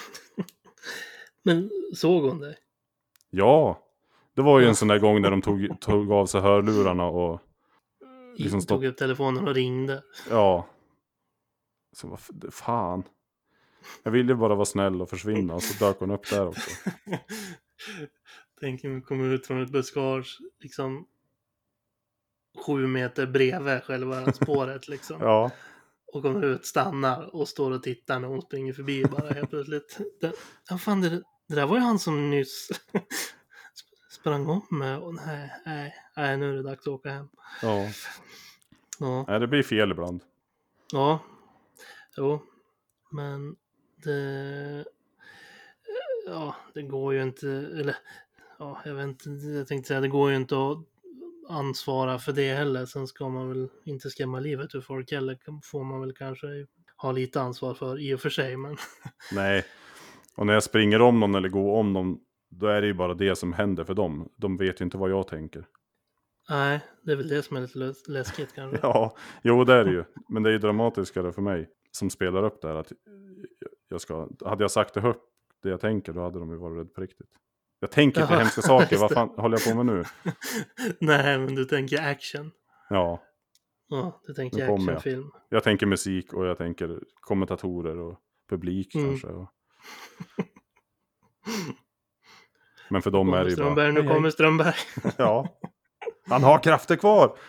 Men såg hon dig? Ja, det var ju en sån där gång när de tog av sig hörlurarna och liksom tog upp telefonen och ringde. Ja. Så vad fan. Jag ville bara vara snäll och försvinna, och så dök hon upp där också. Tänk om vi kommer ut från ett buskage liksom 7 meter bredvid själva spåret liksom. Ja. och kommer ut, stannar och står och tittar när hon springer förbi bara helt plötsligt. Ja, fan, det där var ju han som nyss sprang om med. Och nej, nu är det dags att åka hem. Ja. Ja, Nej, det blir fel ibland. ja, jo, men det... Ja, det går ju inte, eller ja, jag vet inte, jag tänkte säga det går ju inte att ansvara för det heller. Sen ska man väl inte skrämma livet ur folk heller, får man väl kanske ha lite ansvar för i och för sig, men Nej, och när jag springer om någon eller går om någon, då är det ju bara det som händer för dem. De vet ju inte vad jag tänker. nej, det är väl det som är lite läskigt kanske. Ja, jo det är det ju. Men det är ju dramatiskare för mig som spelar upp där att hade jag sagt det högt, det jag tänker, då hade de ju varit rädd på riktigt. Jag tänker inte Ja, hemska saker, just vad det. fan håller jag på med nu? Nej, men du tänker action. Ja, Ja, du Nu tänker kommer jag. actionfilm. jag tänker musik och jag tänker kommentatorer och publik kanske. Och... Men för dem är det ju bara... Strömberg, nu hej, hej. kommer Strömberg. Ja, han har krafter kvar.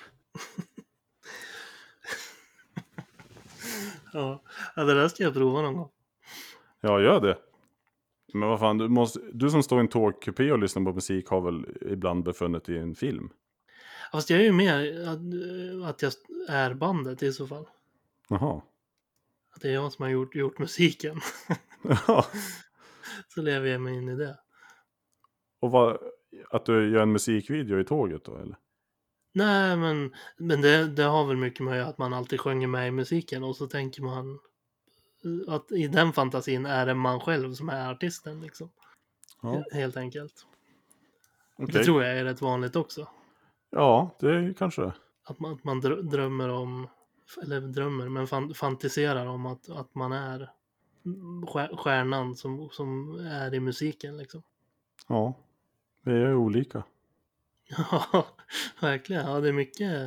Ja, det där ska jag prova någon gång. Ja, gör det. Men vad fan, du som står i en tågkupé och lyssnar på musik har väl ibland befunnit i en film? Fast jag är ju mer att jag är bandet i så fall. Jaha. Att det är jag som har gjort musiken. Ja. Så lever jag mig in i det. Och att du gör en musikvideo i tåget då, eller? Nej, men det har väl mycket med att man alltid sjunger med i musiken. Och så tänker man att i den fantasin är det man själv som är artisten liksom. Ja, Helt enkelt. okej. Det tror jag är rätt vanligt också. Ja, det är kanske det. Att man drömmer om, eller drömmer, men fantiserar om att man är stjärnan som är i musiken liksom. Ja, vi är ju olika. Ja, verkligen. Ja, det är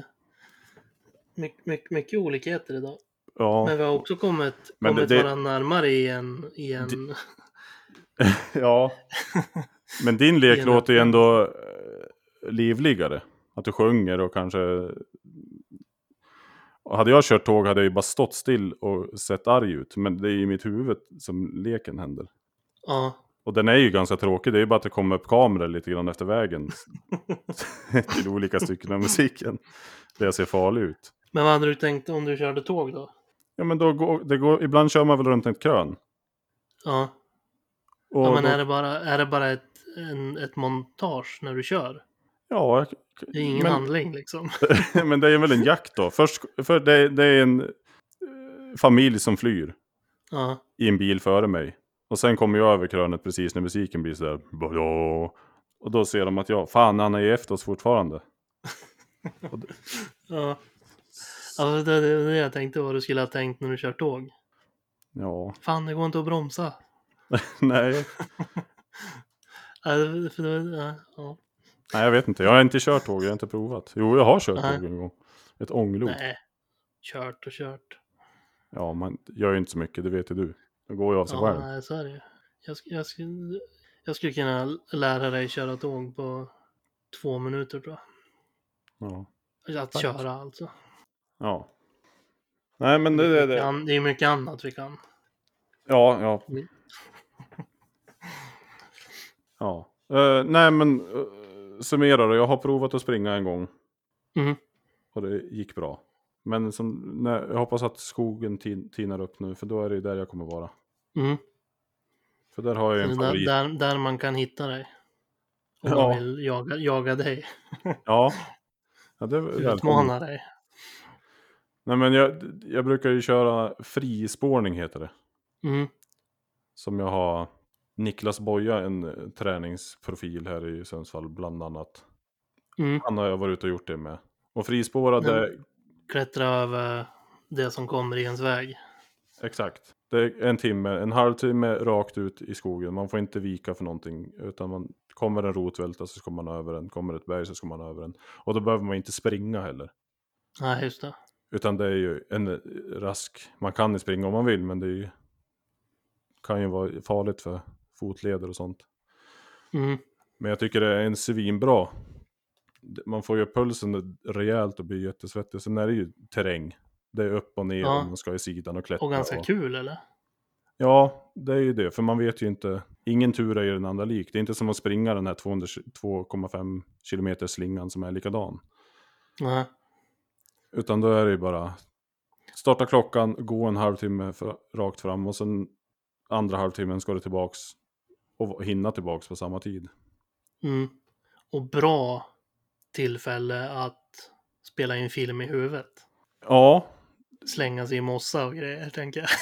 mycket olikheter idag. Ja, Men vi har också kommit Men det- varandra närmare i en ja. Men din lek en låter ju öppen- ändå livligare. Att du sjunger och kanske... Och hade jag kört tåg hade jag ju bara stått still och sett arg ut. Men det är ju i mitt huvud som leken händer. Ja, Och den är ju ganska tråkig. Det är ju bara att det kommer upp kameror lite grann efter vägen. Till olika stycken av musiken. Det ser farlig ut. men vad hade du tänkt om du körde tåg då? Ja, men då ibland kör man väl runt en krön. Ja, Och ja men då, är det bara ett montage när du kör? ja, Det är ingen handling liksom. men det är väl en jakt då. För det är en familj som flyr Ja, i en bil före mig. Och sen kommer jag över krönet precis när musiken blir sådär. Och då ser de att fan han är ju efter oss fortfarande. ja. Ja, det är det jag tänkte vad du skulle ha tänkt när du kör tåg. Ja, Fan, det går inte att bromsa. nej. Ja, ja. Nej, jag vet inte. Jag har inte kört tåg, jag har inte provat. Jo, jag har kört Nej. tåg en gång. Ett ånglok. Nej, kört och kört. Ja, man gör ju inte så mycket, det vet ju du. Det går ju av sig Ja, själv. nej, så är det ju. Jag skulle kunna lära dig köra tåg på 2 minuter tror Ja. jag. Att Tack. köra alltså. Ja. Nej, men det är det. Det är mycket annat vi kan. Ja. Mm. Ja. Nej, men summera då. Jag har provat att springa en gång. Mm. Och det gick bra. Men jag hoppas att skogen tinar upp nu. För då är det där jag kommer vara. Mm. För där har jag en Så favorit. där man kan hitta dig. Om Ja. man vill jaga dig. Ja, det är välkommen. Utmana dig. Nej, men jag brukar ju köra frispårning heter det. Mm. Som jag har Niklas Boja, en träningsprofil här i Sundsvall bland annat. Mm. Han har jag varit ute och gjort det med. Och frispårade, Klättra över det som kommer i ens väg. exakt. Det är en halvtimme rakt ut i skogen. Man får inte vika för någonting. Utan kommer en rotvälta så ska man över den. Kommer ett berg så ska man över den. Och då behöver man inte springa heller. Nej, just det. Utan det är ju en rask... Man kan ju springa om man vill, men det kan ju vara farligt för fotleder och sånt. Mm. Men jag tycker det är en svinbra. Man får ju pulsen rejält och blir jättesvettig. Sen är det ju terräng. Det är upp och ner Ja. och man ska i sidan och klättra. Och ganska kul, eller? Ja, det är ju det. För man vet ju inte. Ingen tur är ju den andra lik. Det är inte som att springa den här 2,5 kilometer slingan som är likadan. Nej. Utan då är det ju bara starta klockan, gå en halvtimme rakt fram och sen andra halvtimmen ska du tillbaks och hinna tillbaks på samma tid. Mm. Och bra tillfälle att spela in film i huvudet. Ja. Slänga sig i mossa och grejer, tänker jag.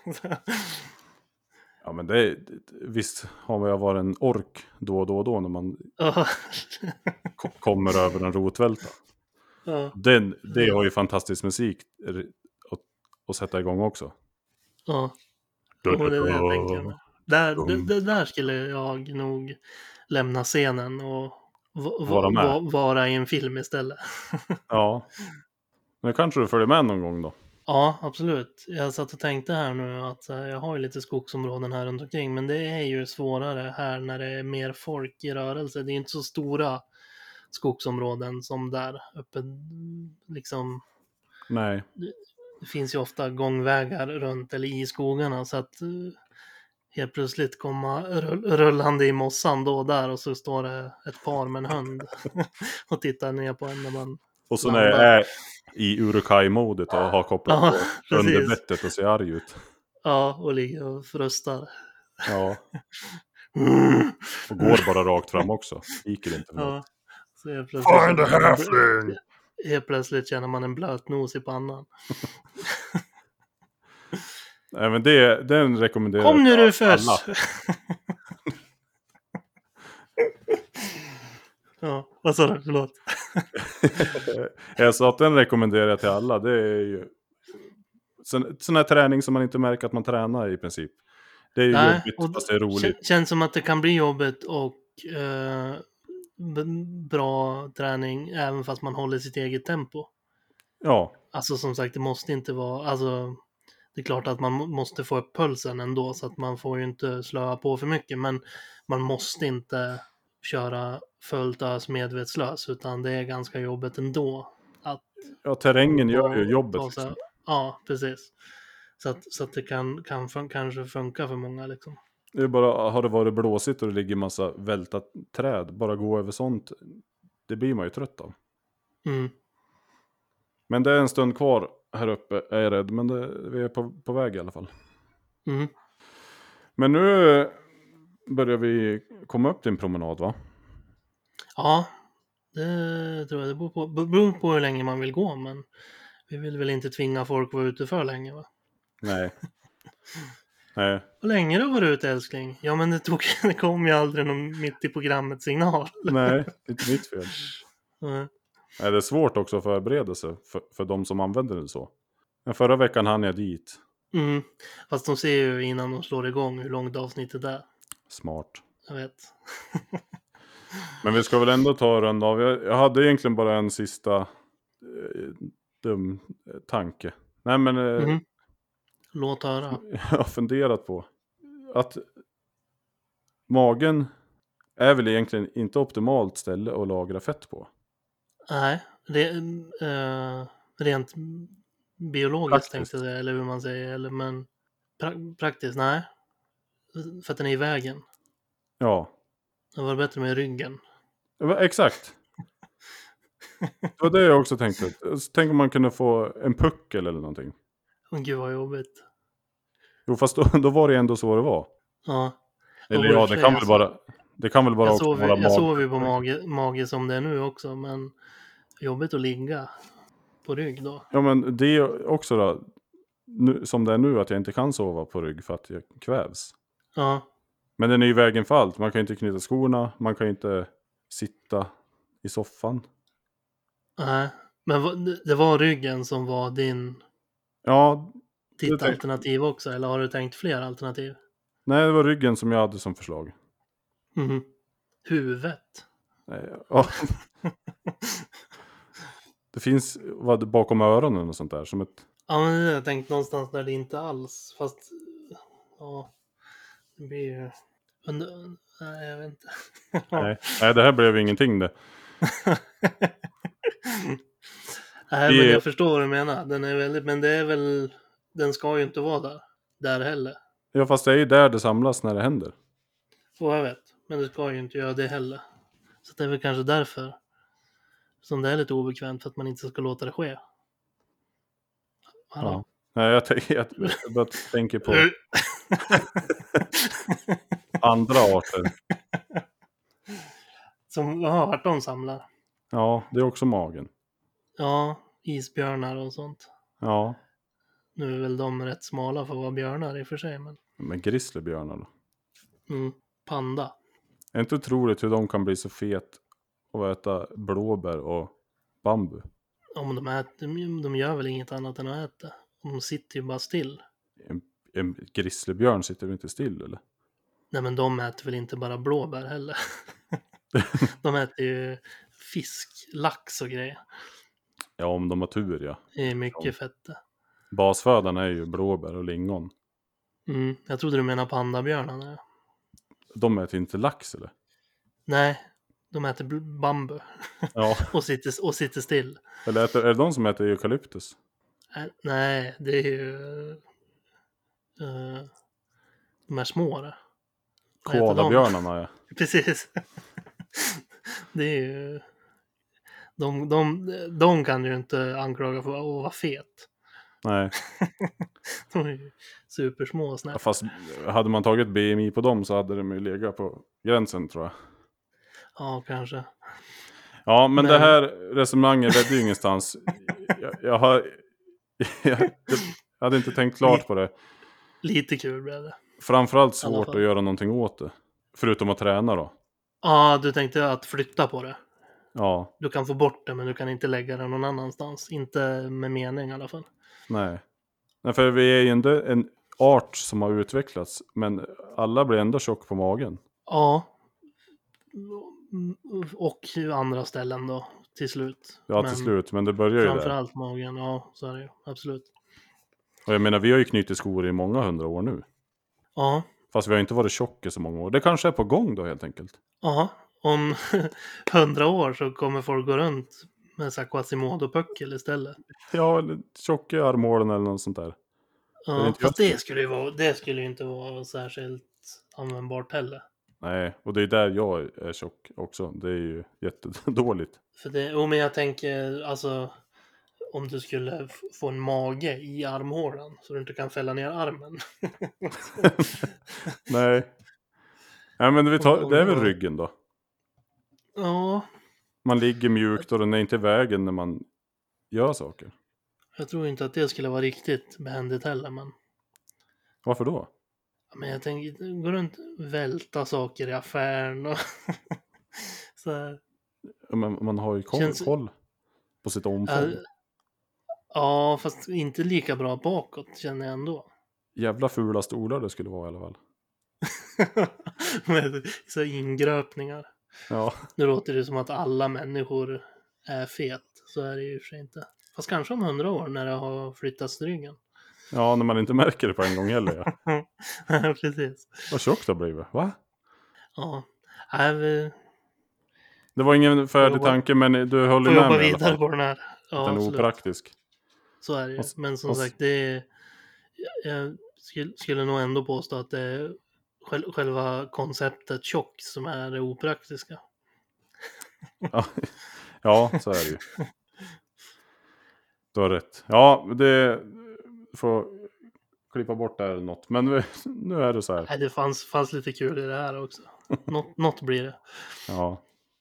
Ja, men visst har jag varit en ork då och då när man Ja. kommer över en rotvälta. Ja. Det har ju fantastisk musik att sätta igång också. Ja. Och det är det jag tänker mig. Där skulle jag nog lämna scenen och Vara med. vara i en film istället. Ja. Men kanske du följer med någon gång då? Ja, absolut. Jag satt och tänkte här nu att jag har ju lite skogsområden här runt omkring, men det är ju svårare här när det är mer folk i rörelse. Det är inte så stora skogsområden som där uppe. Liksom, Nej. det finns ju ofta gångvägar runt eller i skogarna, så att helt plötsligt komma rullande i mossan då och där och så står det ett par med en hund och tittar ner på en när man Och så när jag är i Urukai-modet och har kopplat på underbettet och ser arg ut. Ja, och ligger och frustar. Ja. Och går bara rakt fram också. Giker inte för något. Ja, så helt plötsligt känner man en blöt nos i pannan. Nej, men den rekommenderar Kom nu jag Rufus! alla. Ja, vad sa du? Förlåt. Jag sa att den rekommenderar jag till alla. Det är ju sån här träning som man inte märker att man tränar i princip. Det är ju jobbigt fast det är roligt. Känns som att det kan bli jobbigt och bra träning även fast man håller sitt eget tempo. Ja. Alltså som sagt, det måste inte vara... Alltså, det är klart att man måste få upp pulsen ändå så att man får ju inte slöa på för mycket. Men man måste inte köra fullt ös medvetslös utan det är ganska jobbigt ändå. Ja, terrängen gör ju jobbet. Liksom. Ja, precis. Så att det kan kanske funka för många liksom. Det är bara, har det varit blåsigt och det ligger massa välta träd, bara gå över sånt, det blir man ju trött av. Mm. Men det är en stund kvar här uppe, är jag rädd, men vi är på väg i alla fall. Mm. Men nu börjar vi komma upp till en promenad, va? Ja, det tror jag. Det beror på hur länge man vill gå, men vi vill väl inte tvinga folk att vara ute för länge, va? Nej. Nej. Hur länge du var ute, älskling? Ja, men det kom ju aldrig någon mitt i programmet signal. Nej, det är inte mitt fel. Mm. Nej, det är svårt också att förbereda sig för de som använder det så. Men förra veckan hann jag dit. Mm. Fast de ser ju innan de slår igång hur långt avsnittet är. Smart. Jag vet. Men vi ska väl ändå ta rund av. Jag hade egentligen bara en sista dum tanke. Nej, men Låt höra. jag har funderat på att magen är väl egentligen inte optimalt ställe att lagra fett på. Nej, rent biologiskt Praktiskt. tänkte jag, eller hur man säger, eller men praktiskt, nej. För att den är i vägen. Ja, Det var bättre med ryggen. exakt. Det var det jag också tänkte. Tänk om man kunde få en puckel eller någonting. Åh gud vad jobbigt. Jo, fast då var det ändå så det var. Ja. Eller ja, det kan väl bara också vara jag sover ju på mage som det är nu också, men jobbigt att ligga på rygg då. Ja, men det är också då, nu, som det är nu, att jag inte kan sova på rygg för att jag kvävs. Ja. Men den är ju vägen för allt. Man kan inte knyta skorna, man kan inte sitta i soffan. Nej, men det var ryggen som var ditt alternativ också, eller har du tänkt fler alternativ? Nej, det var ryggen som jag hade som förslag. Mhm. Huvudet. Nej, ja. Det finns bakom öronen och sånt där som ett... Ja, men jag tänkte någonstans där det inte alls, fast ja, det blir ju nej, jag vet inte. Nej, det här blev ingenting det. Nej, men jag förstår vad du menar. Den är väldigt, men det är väl, den ska ju inte vara där heller. Ja, fast det är ju där det samlas när det händer. Vad jag vet. Men det ska ju inte göra det heller. Så det är väl kanske därför som det är lite obekvämt, för att man inte ska låta det ske. Hallå? Ja. Nej, jag bara tänker på andra arter. Som, vart de samlar? Ja, det är också magen. Ja, isbjörnar och sånt. Ja, Nu är väl de rätt smala för att vara björnar i och för sig, men grizzlybjörnar då. panda. Är det inte otroligt hur de kan bli så fet och äta blåbär och bambu? Om de gör väl inget annat än att äta. De sitter ju bara still. En grizzlybjörn sitter väl inte still eller? Nej, men de äter väl inte bara blåbär heller. De äter ju fisk, lax och grejer. Ja, om de har tur ja. Det är mycket fett det. Basfödan är ju blåbär och lingon. Jag trodde du menade pandabjörnarna. De äter inte lax eller? Nej, de äter bambu. Ja. och sitter still. Eller är det de som äter eukalyptus? Nej, det är ju de här små. Vad heter de? Koalabjörnarna ja. Precis. Det är ju... De kan ju inte anklaga för att vara fet. Nej. De är ju supersmå och Ja, snabba. fast hade man tagit BMI på dem så hade de ju legat på gränsen tror jag. Ja, kanske. Ja, men det här resonemanget ledde ju ingenstans. Jag hade inte tänkt klart på det. Lite kul blev det. Framförallt I alla svårt fall. att göra någonting åt det. Förutom att träna då. Ja, du tänkte att flytta på det. Ja, Du kan få bort det, men du kan inte lägga det någon annanstans. Inte med mening i alla fall. nej. Nej, för vi är ju inte en art som har utvecklats. Men alla blir ändå tjock på magen. Ja. Och andra ställen då, till slut. Ja, Men till slut. Men det börjar ju där. framförallt magen, ja, så är det ju. Absolut. Och jag menar, vi har ju knutit skor i många 100 år nu. Ja. Fast vi har inte varit tjocka så många år. Det kanske är på gång då helt enkelt. Ja, om 100 år så kommer folk gå runt med så här Quasimodo-puckel istället. Ja, eller tjocka i armhålen eller något sånt där. Är det Ja, inte fast just det skulle ju inte vara särskilt användbart heller. Nej, och det är där jag är tjock också. Det är ju jättedåligt. För det, men jag tänker, alltså, om du skulle få en mage i armhålan så du inte kan fälla ner armen. Nej. Nej, men det är väl ryggen då. Ja, Man ligger mjukt och den är inte i vägen när man gör saker. jag tror inte att det skulle vara riktigt behändigt heller, men... Varför då? Men jag tänker, gå runt välta saker i affären och så här. Ja, men man har ju Känns- koll på sitt omfång. Ja, fast inte lika bra bakåt känner jag ändå. Jävla fula stolar det skulle vara i alla fall. Med så här ingröpningar. Ja, Nu låter det som att alla människor är fet. Så är det ju i och för sig inte. Fast kanske om 100 år när det har flyttats till ryggen. ja när man inte märker det på en gång heller. Ja. Precis. Vad tjockt det har blivit, va? Ja. Nej, Det var ingen färdig jobba- tanke, men du vi håller får med jobba mig i alla vidare fall. på den här. Att Ja, den är absolut. opraktisk. Så är det ju. Men som och- sagt, det är, jag skulle nog ändå påstå att det är själva konceptet tjock som är det opraktiska. Ja, så är det ju. Du har rätt. Ja, det får klippa bort där eller något. Men nu är det så här. Nej, det fanns lite kul i det här också. Något blir det. Ja.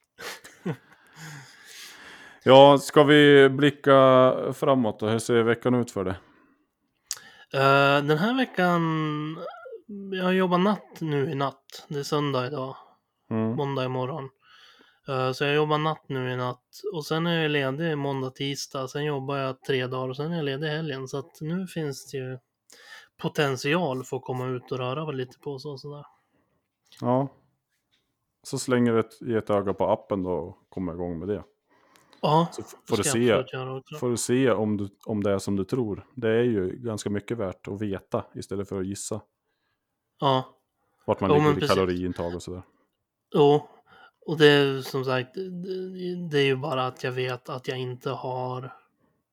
Ja, ska vi blicka framåt då? Hur ser veckan ut för det? Den här veckan, jag jobbar natt nu i natt. Det är söndag idag, Mm. måndag imorgon. Så jag jobbar natt nu i natt. Och sen är jag ledig måndag, tisdag. Sen jobbar jag 3 dagar och sen är jag ledig helgen. Så att nu finns det ju potential för att komma ut och röra lite på sig och sådär. Ja. Så slänger du ett öga på appen då och kommer igång med det. Ja, Så det får du ska jag se, absolut göra också. får du se om det är som du tror. Det är ju ganska mycket värt att veta istället för att gissa. Ja, Vart man Jo, men ligger i precis. kaloriintag och sådär. jo. Och det är som sagt, det är ju bara att jag vet att jag inte har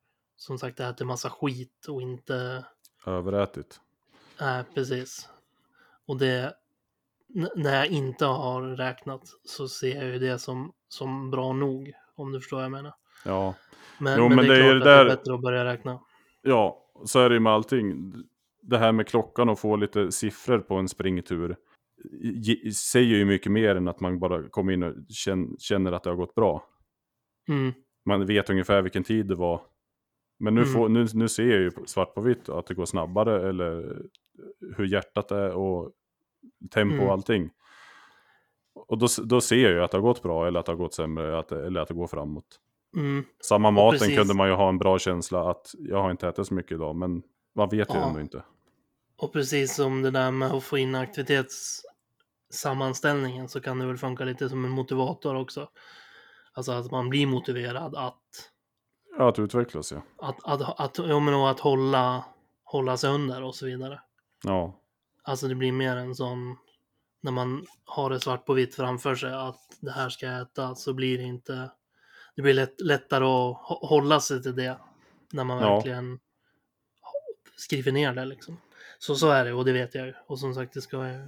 som sagt äter massa skit och inte... Överätigt. Nej, precis. Och det... När jag inte har räknat så ser jag ju det som bra nog, om du förstår vad jag menar. Ja. Men, Jo, men men det är det är klart ju att det det är där- bättre att börja räkna. Ja, så är det ju med allting. Det här med klockan och få lite siffror på en springtur säger ju mycket mer än att man bara kommer in och känner att det har gått bra. Mm, Man vet ungefär vilken tid det var. Men nu ser jag ju svart på vitt att det går snabbare, eller hur hjärtat är och tempo och allting. Och då ser jag ju att det har gått bra, eller att det har gått sämre, eller att det går framåt. mm. Samma maten precis. kunde man ju ha en bra känsla att jag har inte ätit så mycket idag, men man vet ju Ja. ändå inte. Och precis som det där med att få in aktivitetssammanställningen så kan det väl funka lite som en motivator också. Alltså att man blir motiverad Ja, att utvecklas, ja. att hålla sig under och så vidare. Ja, Alltså det blir mer en sån, när man har det svart på vitt framför sig att det här ska jag äta, så blir det inte, det blir lättare att hålla sig till det när man Ja. verkligen skriver ner det liksom. Så är det, och det vet jag ju. Och som sagt, det ska jag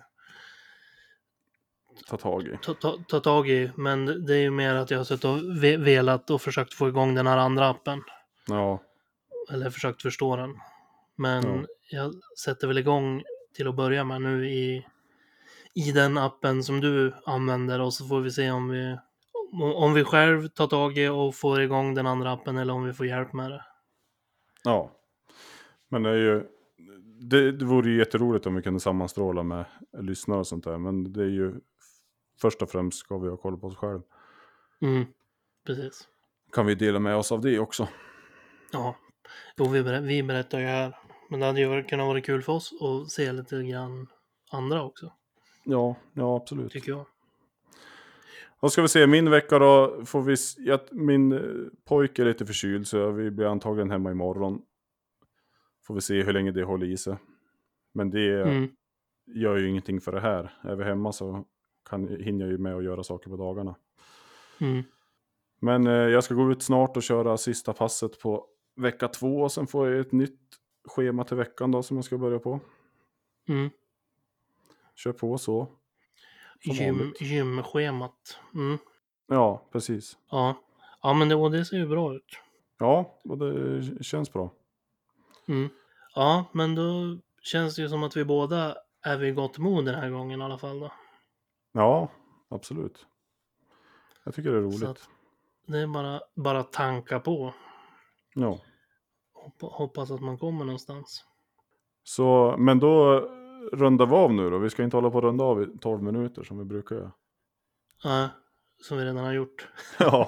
ta tag i. ta tag i, men det är ju mer att jag har suttit och velat och försökt få igång den här andra appen. Ja, Eller försökt förstå den. Men Ja. jag sätter väl igång till att börja med nu i den appen som du använder, och så får vi se om vi själv tar tag i och får igång den andra appen, eller om vi får hjälp med det. ja. Men det vore ju jätteroligt om vi kunde sammanstråla med lyssnare och sånt där. Men det är ju först och främst ska vi ha koll på oss själv. Mm, precis. Kan vi dela med oss av det också? Ja, jo, vi berättar ju här. Men det hade ju kunnat vara kul för oss att se lite grann andra också, Ja, absolut. tycker jag. Då ska vi se, min vecka då får vi... Min pojke är lite förkyld, så vi blir antagligen hemma imorgon. Får vi se hur länge det håller i sig. Men det gör ju ingenting för det här. Är vi hemma så hinner jag ju med att göra saker på dagarna. Mm. Men jag ska gå ut snart och köra sista passet på vecka 2. Och sen får jag ett nytt schema till veckan då som jag ska börja på. Mm. Kör på så. Som vanligt. Gymschemat. Mm. Ja, precis. Ja, men det ser ju bra ut. Ja, och det känns bra. Mm. Ja, men då känns det ju som att vi båda är vid gott mod den här gången i alla fall då. Ja, absolut. Jag tycker det är roligt. Så att det är bara tanka på. Ja. Hoppas att man kommer någonstans. Så, men då rundar vi av nu då. Vi ska inte hålla på att runda av i 12 minuter som vi brukar göra. Ja, som vi redan har gjort. Ja.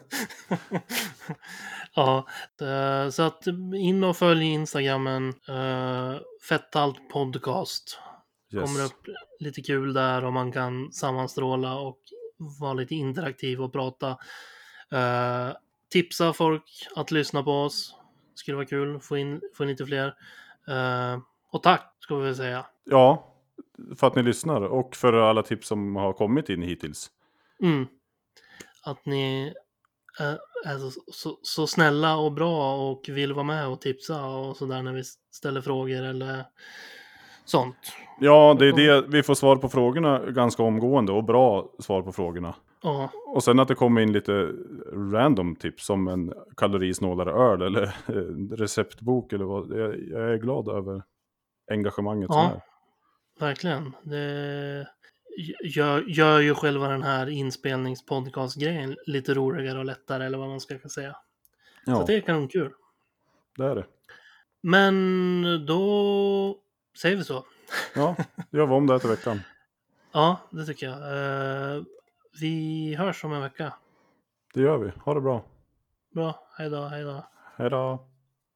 Ja, så att in och följ Instagrammen. Fetthalt podcast. Kommer upp lite kul där, och man kan sammanstråla och vara lite interaktiv och prata. Tipsa folk att lyssna på oss. Skulle vara kul. Få in lite fler. Och tack, ska vi väl säga. Ja, för att ni lyssnar. Och för alla tips som har kommit in hittills. Mm. Att ni är så snälla och bra och vill vara med och tipsa och sådär när vi ställer frågor eller sånt. Ja, det är det. Vi får svar på frågorna ganska omgående och bra svar på frågorna. Ja, Och sen att det kommer in lite random tips som en kalorisnålare öl eller receptbok eller vad. Jag är glad över engagemanget som är. verkligen. Det gör ju själva den här inspelningspodcast-grejen lite roligare och lättare, eller vad man ska säga. Ja, Så det är kanonkul. det är det. Men då säger vi så. Ja, gör vi om det här till veckan. Ja, det tycker jag. Vi hörs om en vecka. Det gör vi. Ha det bra. Bra, hej då. Hej då.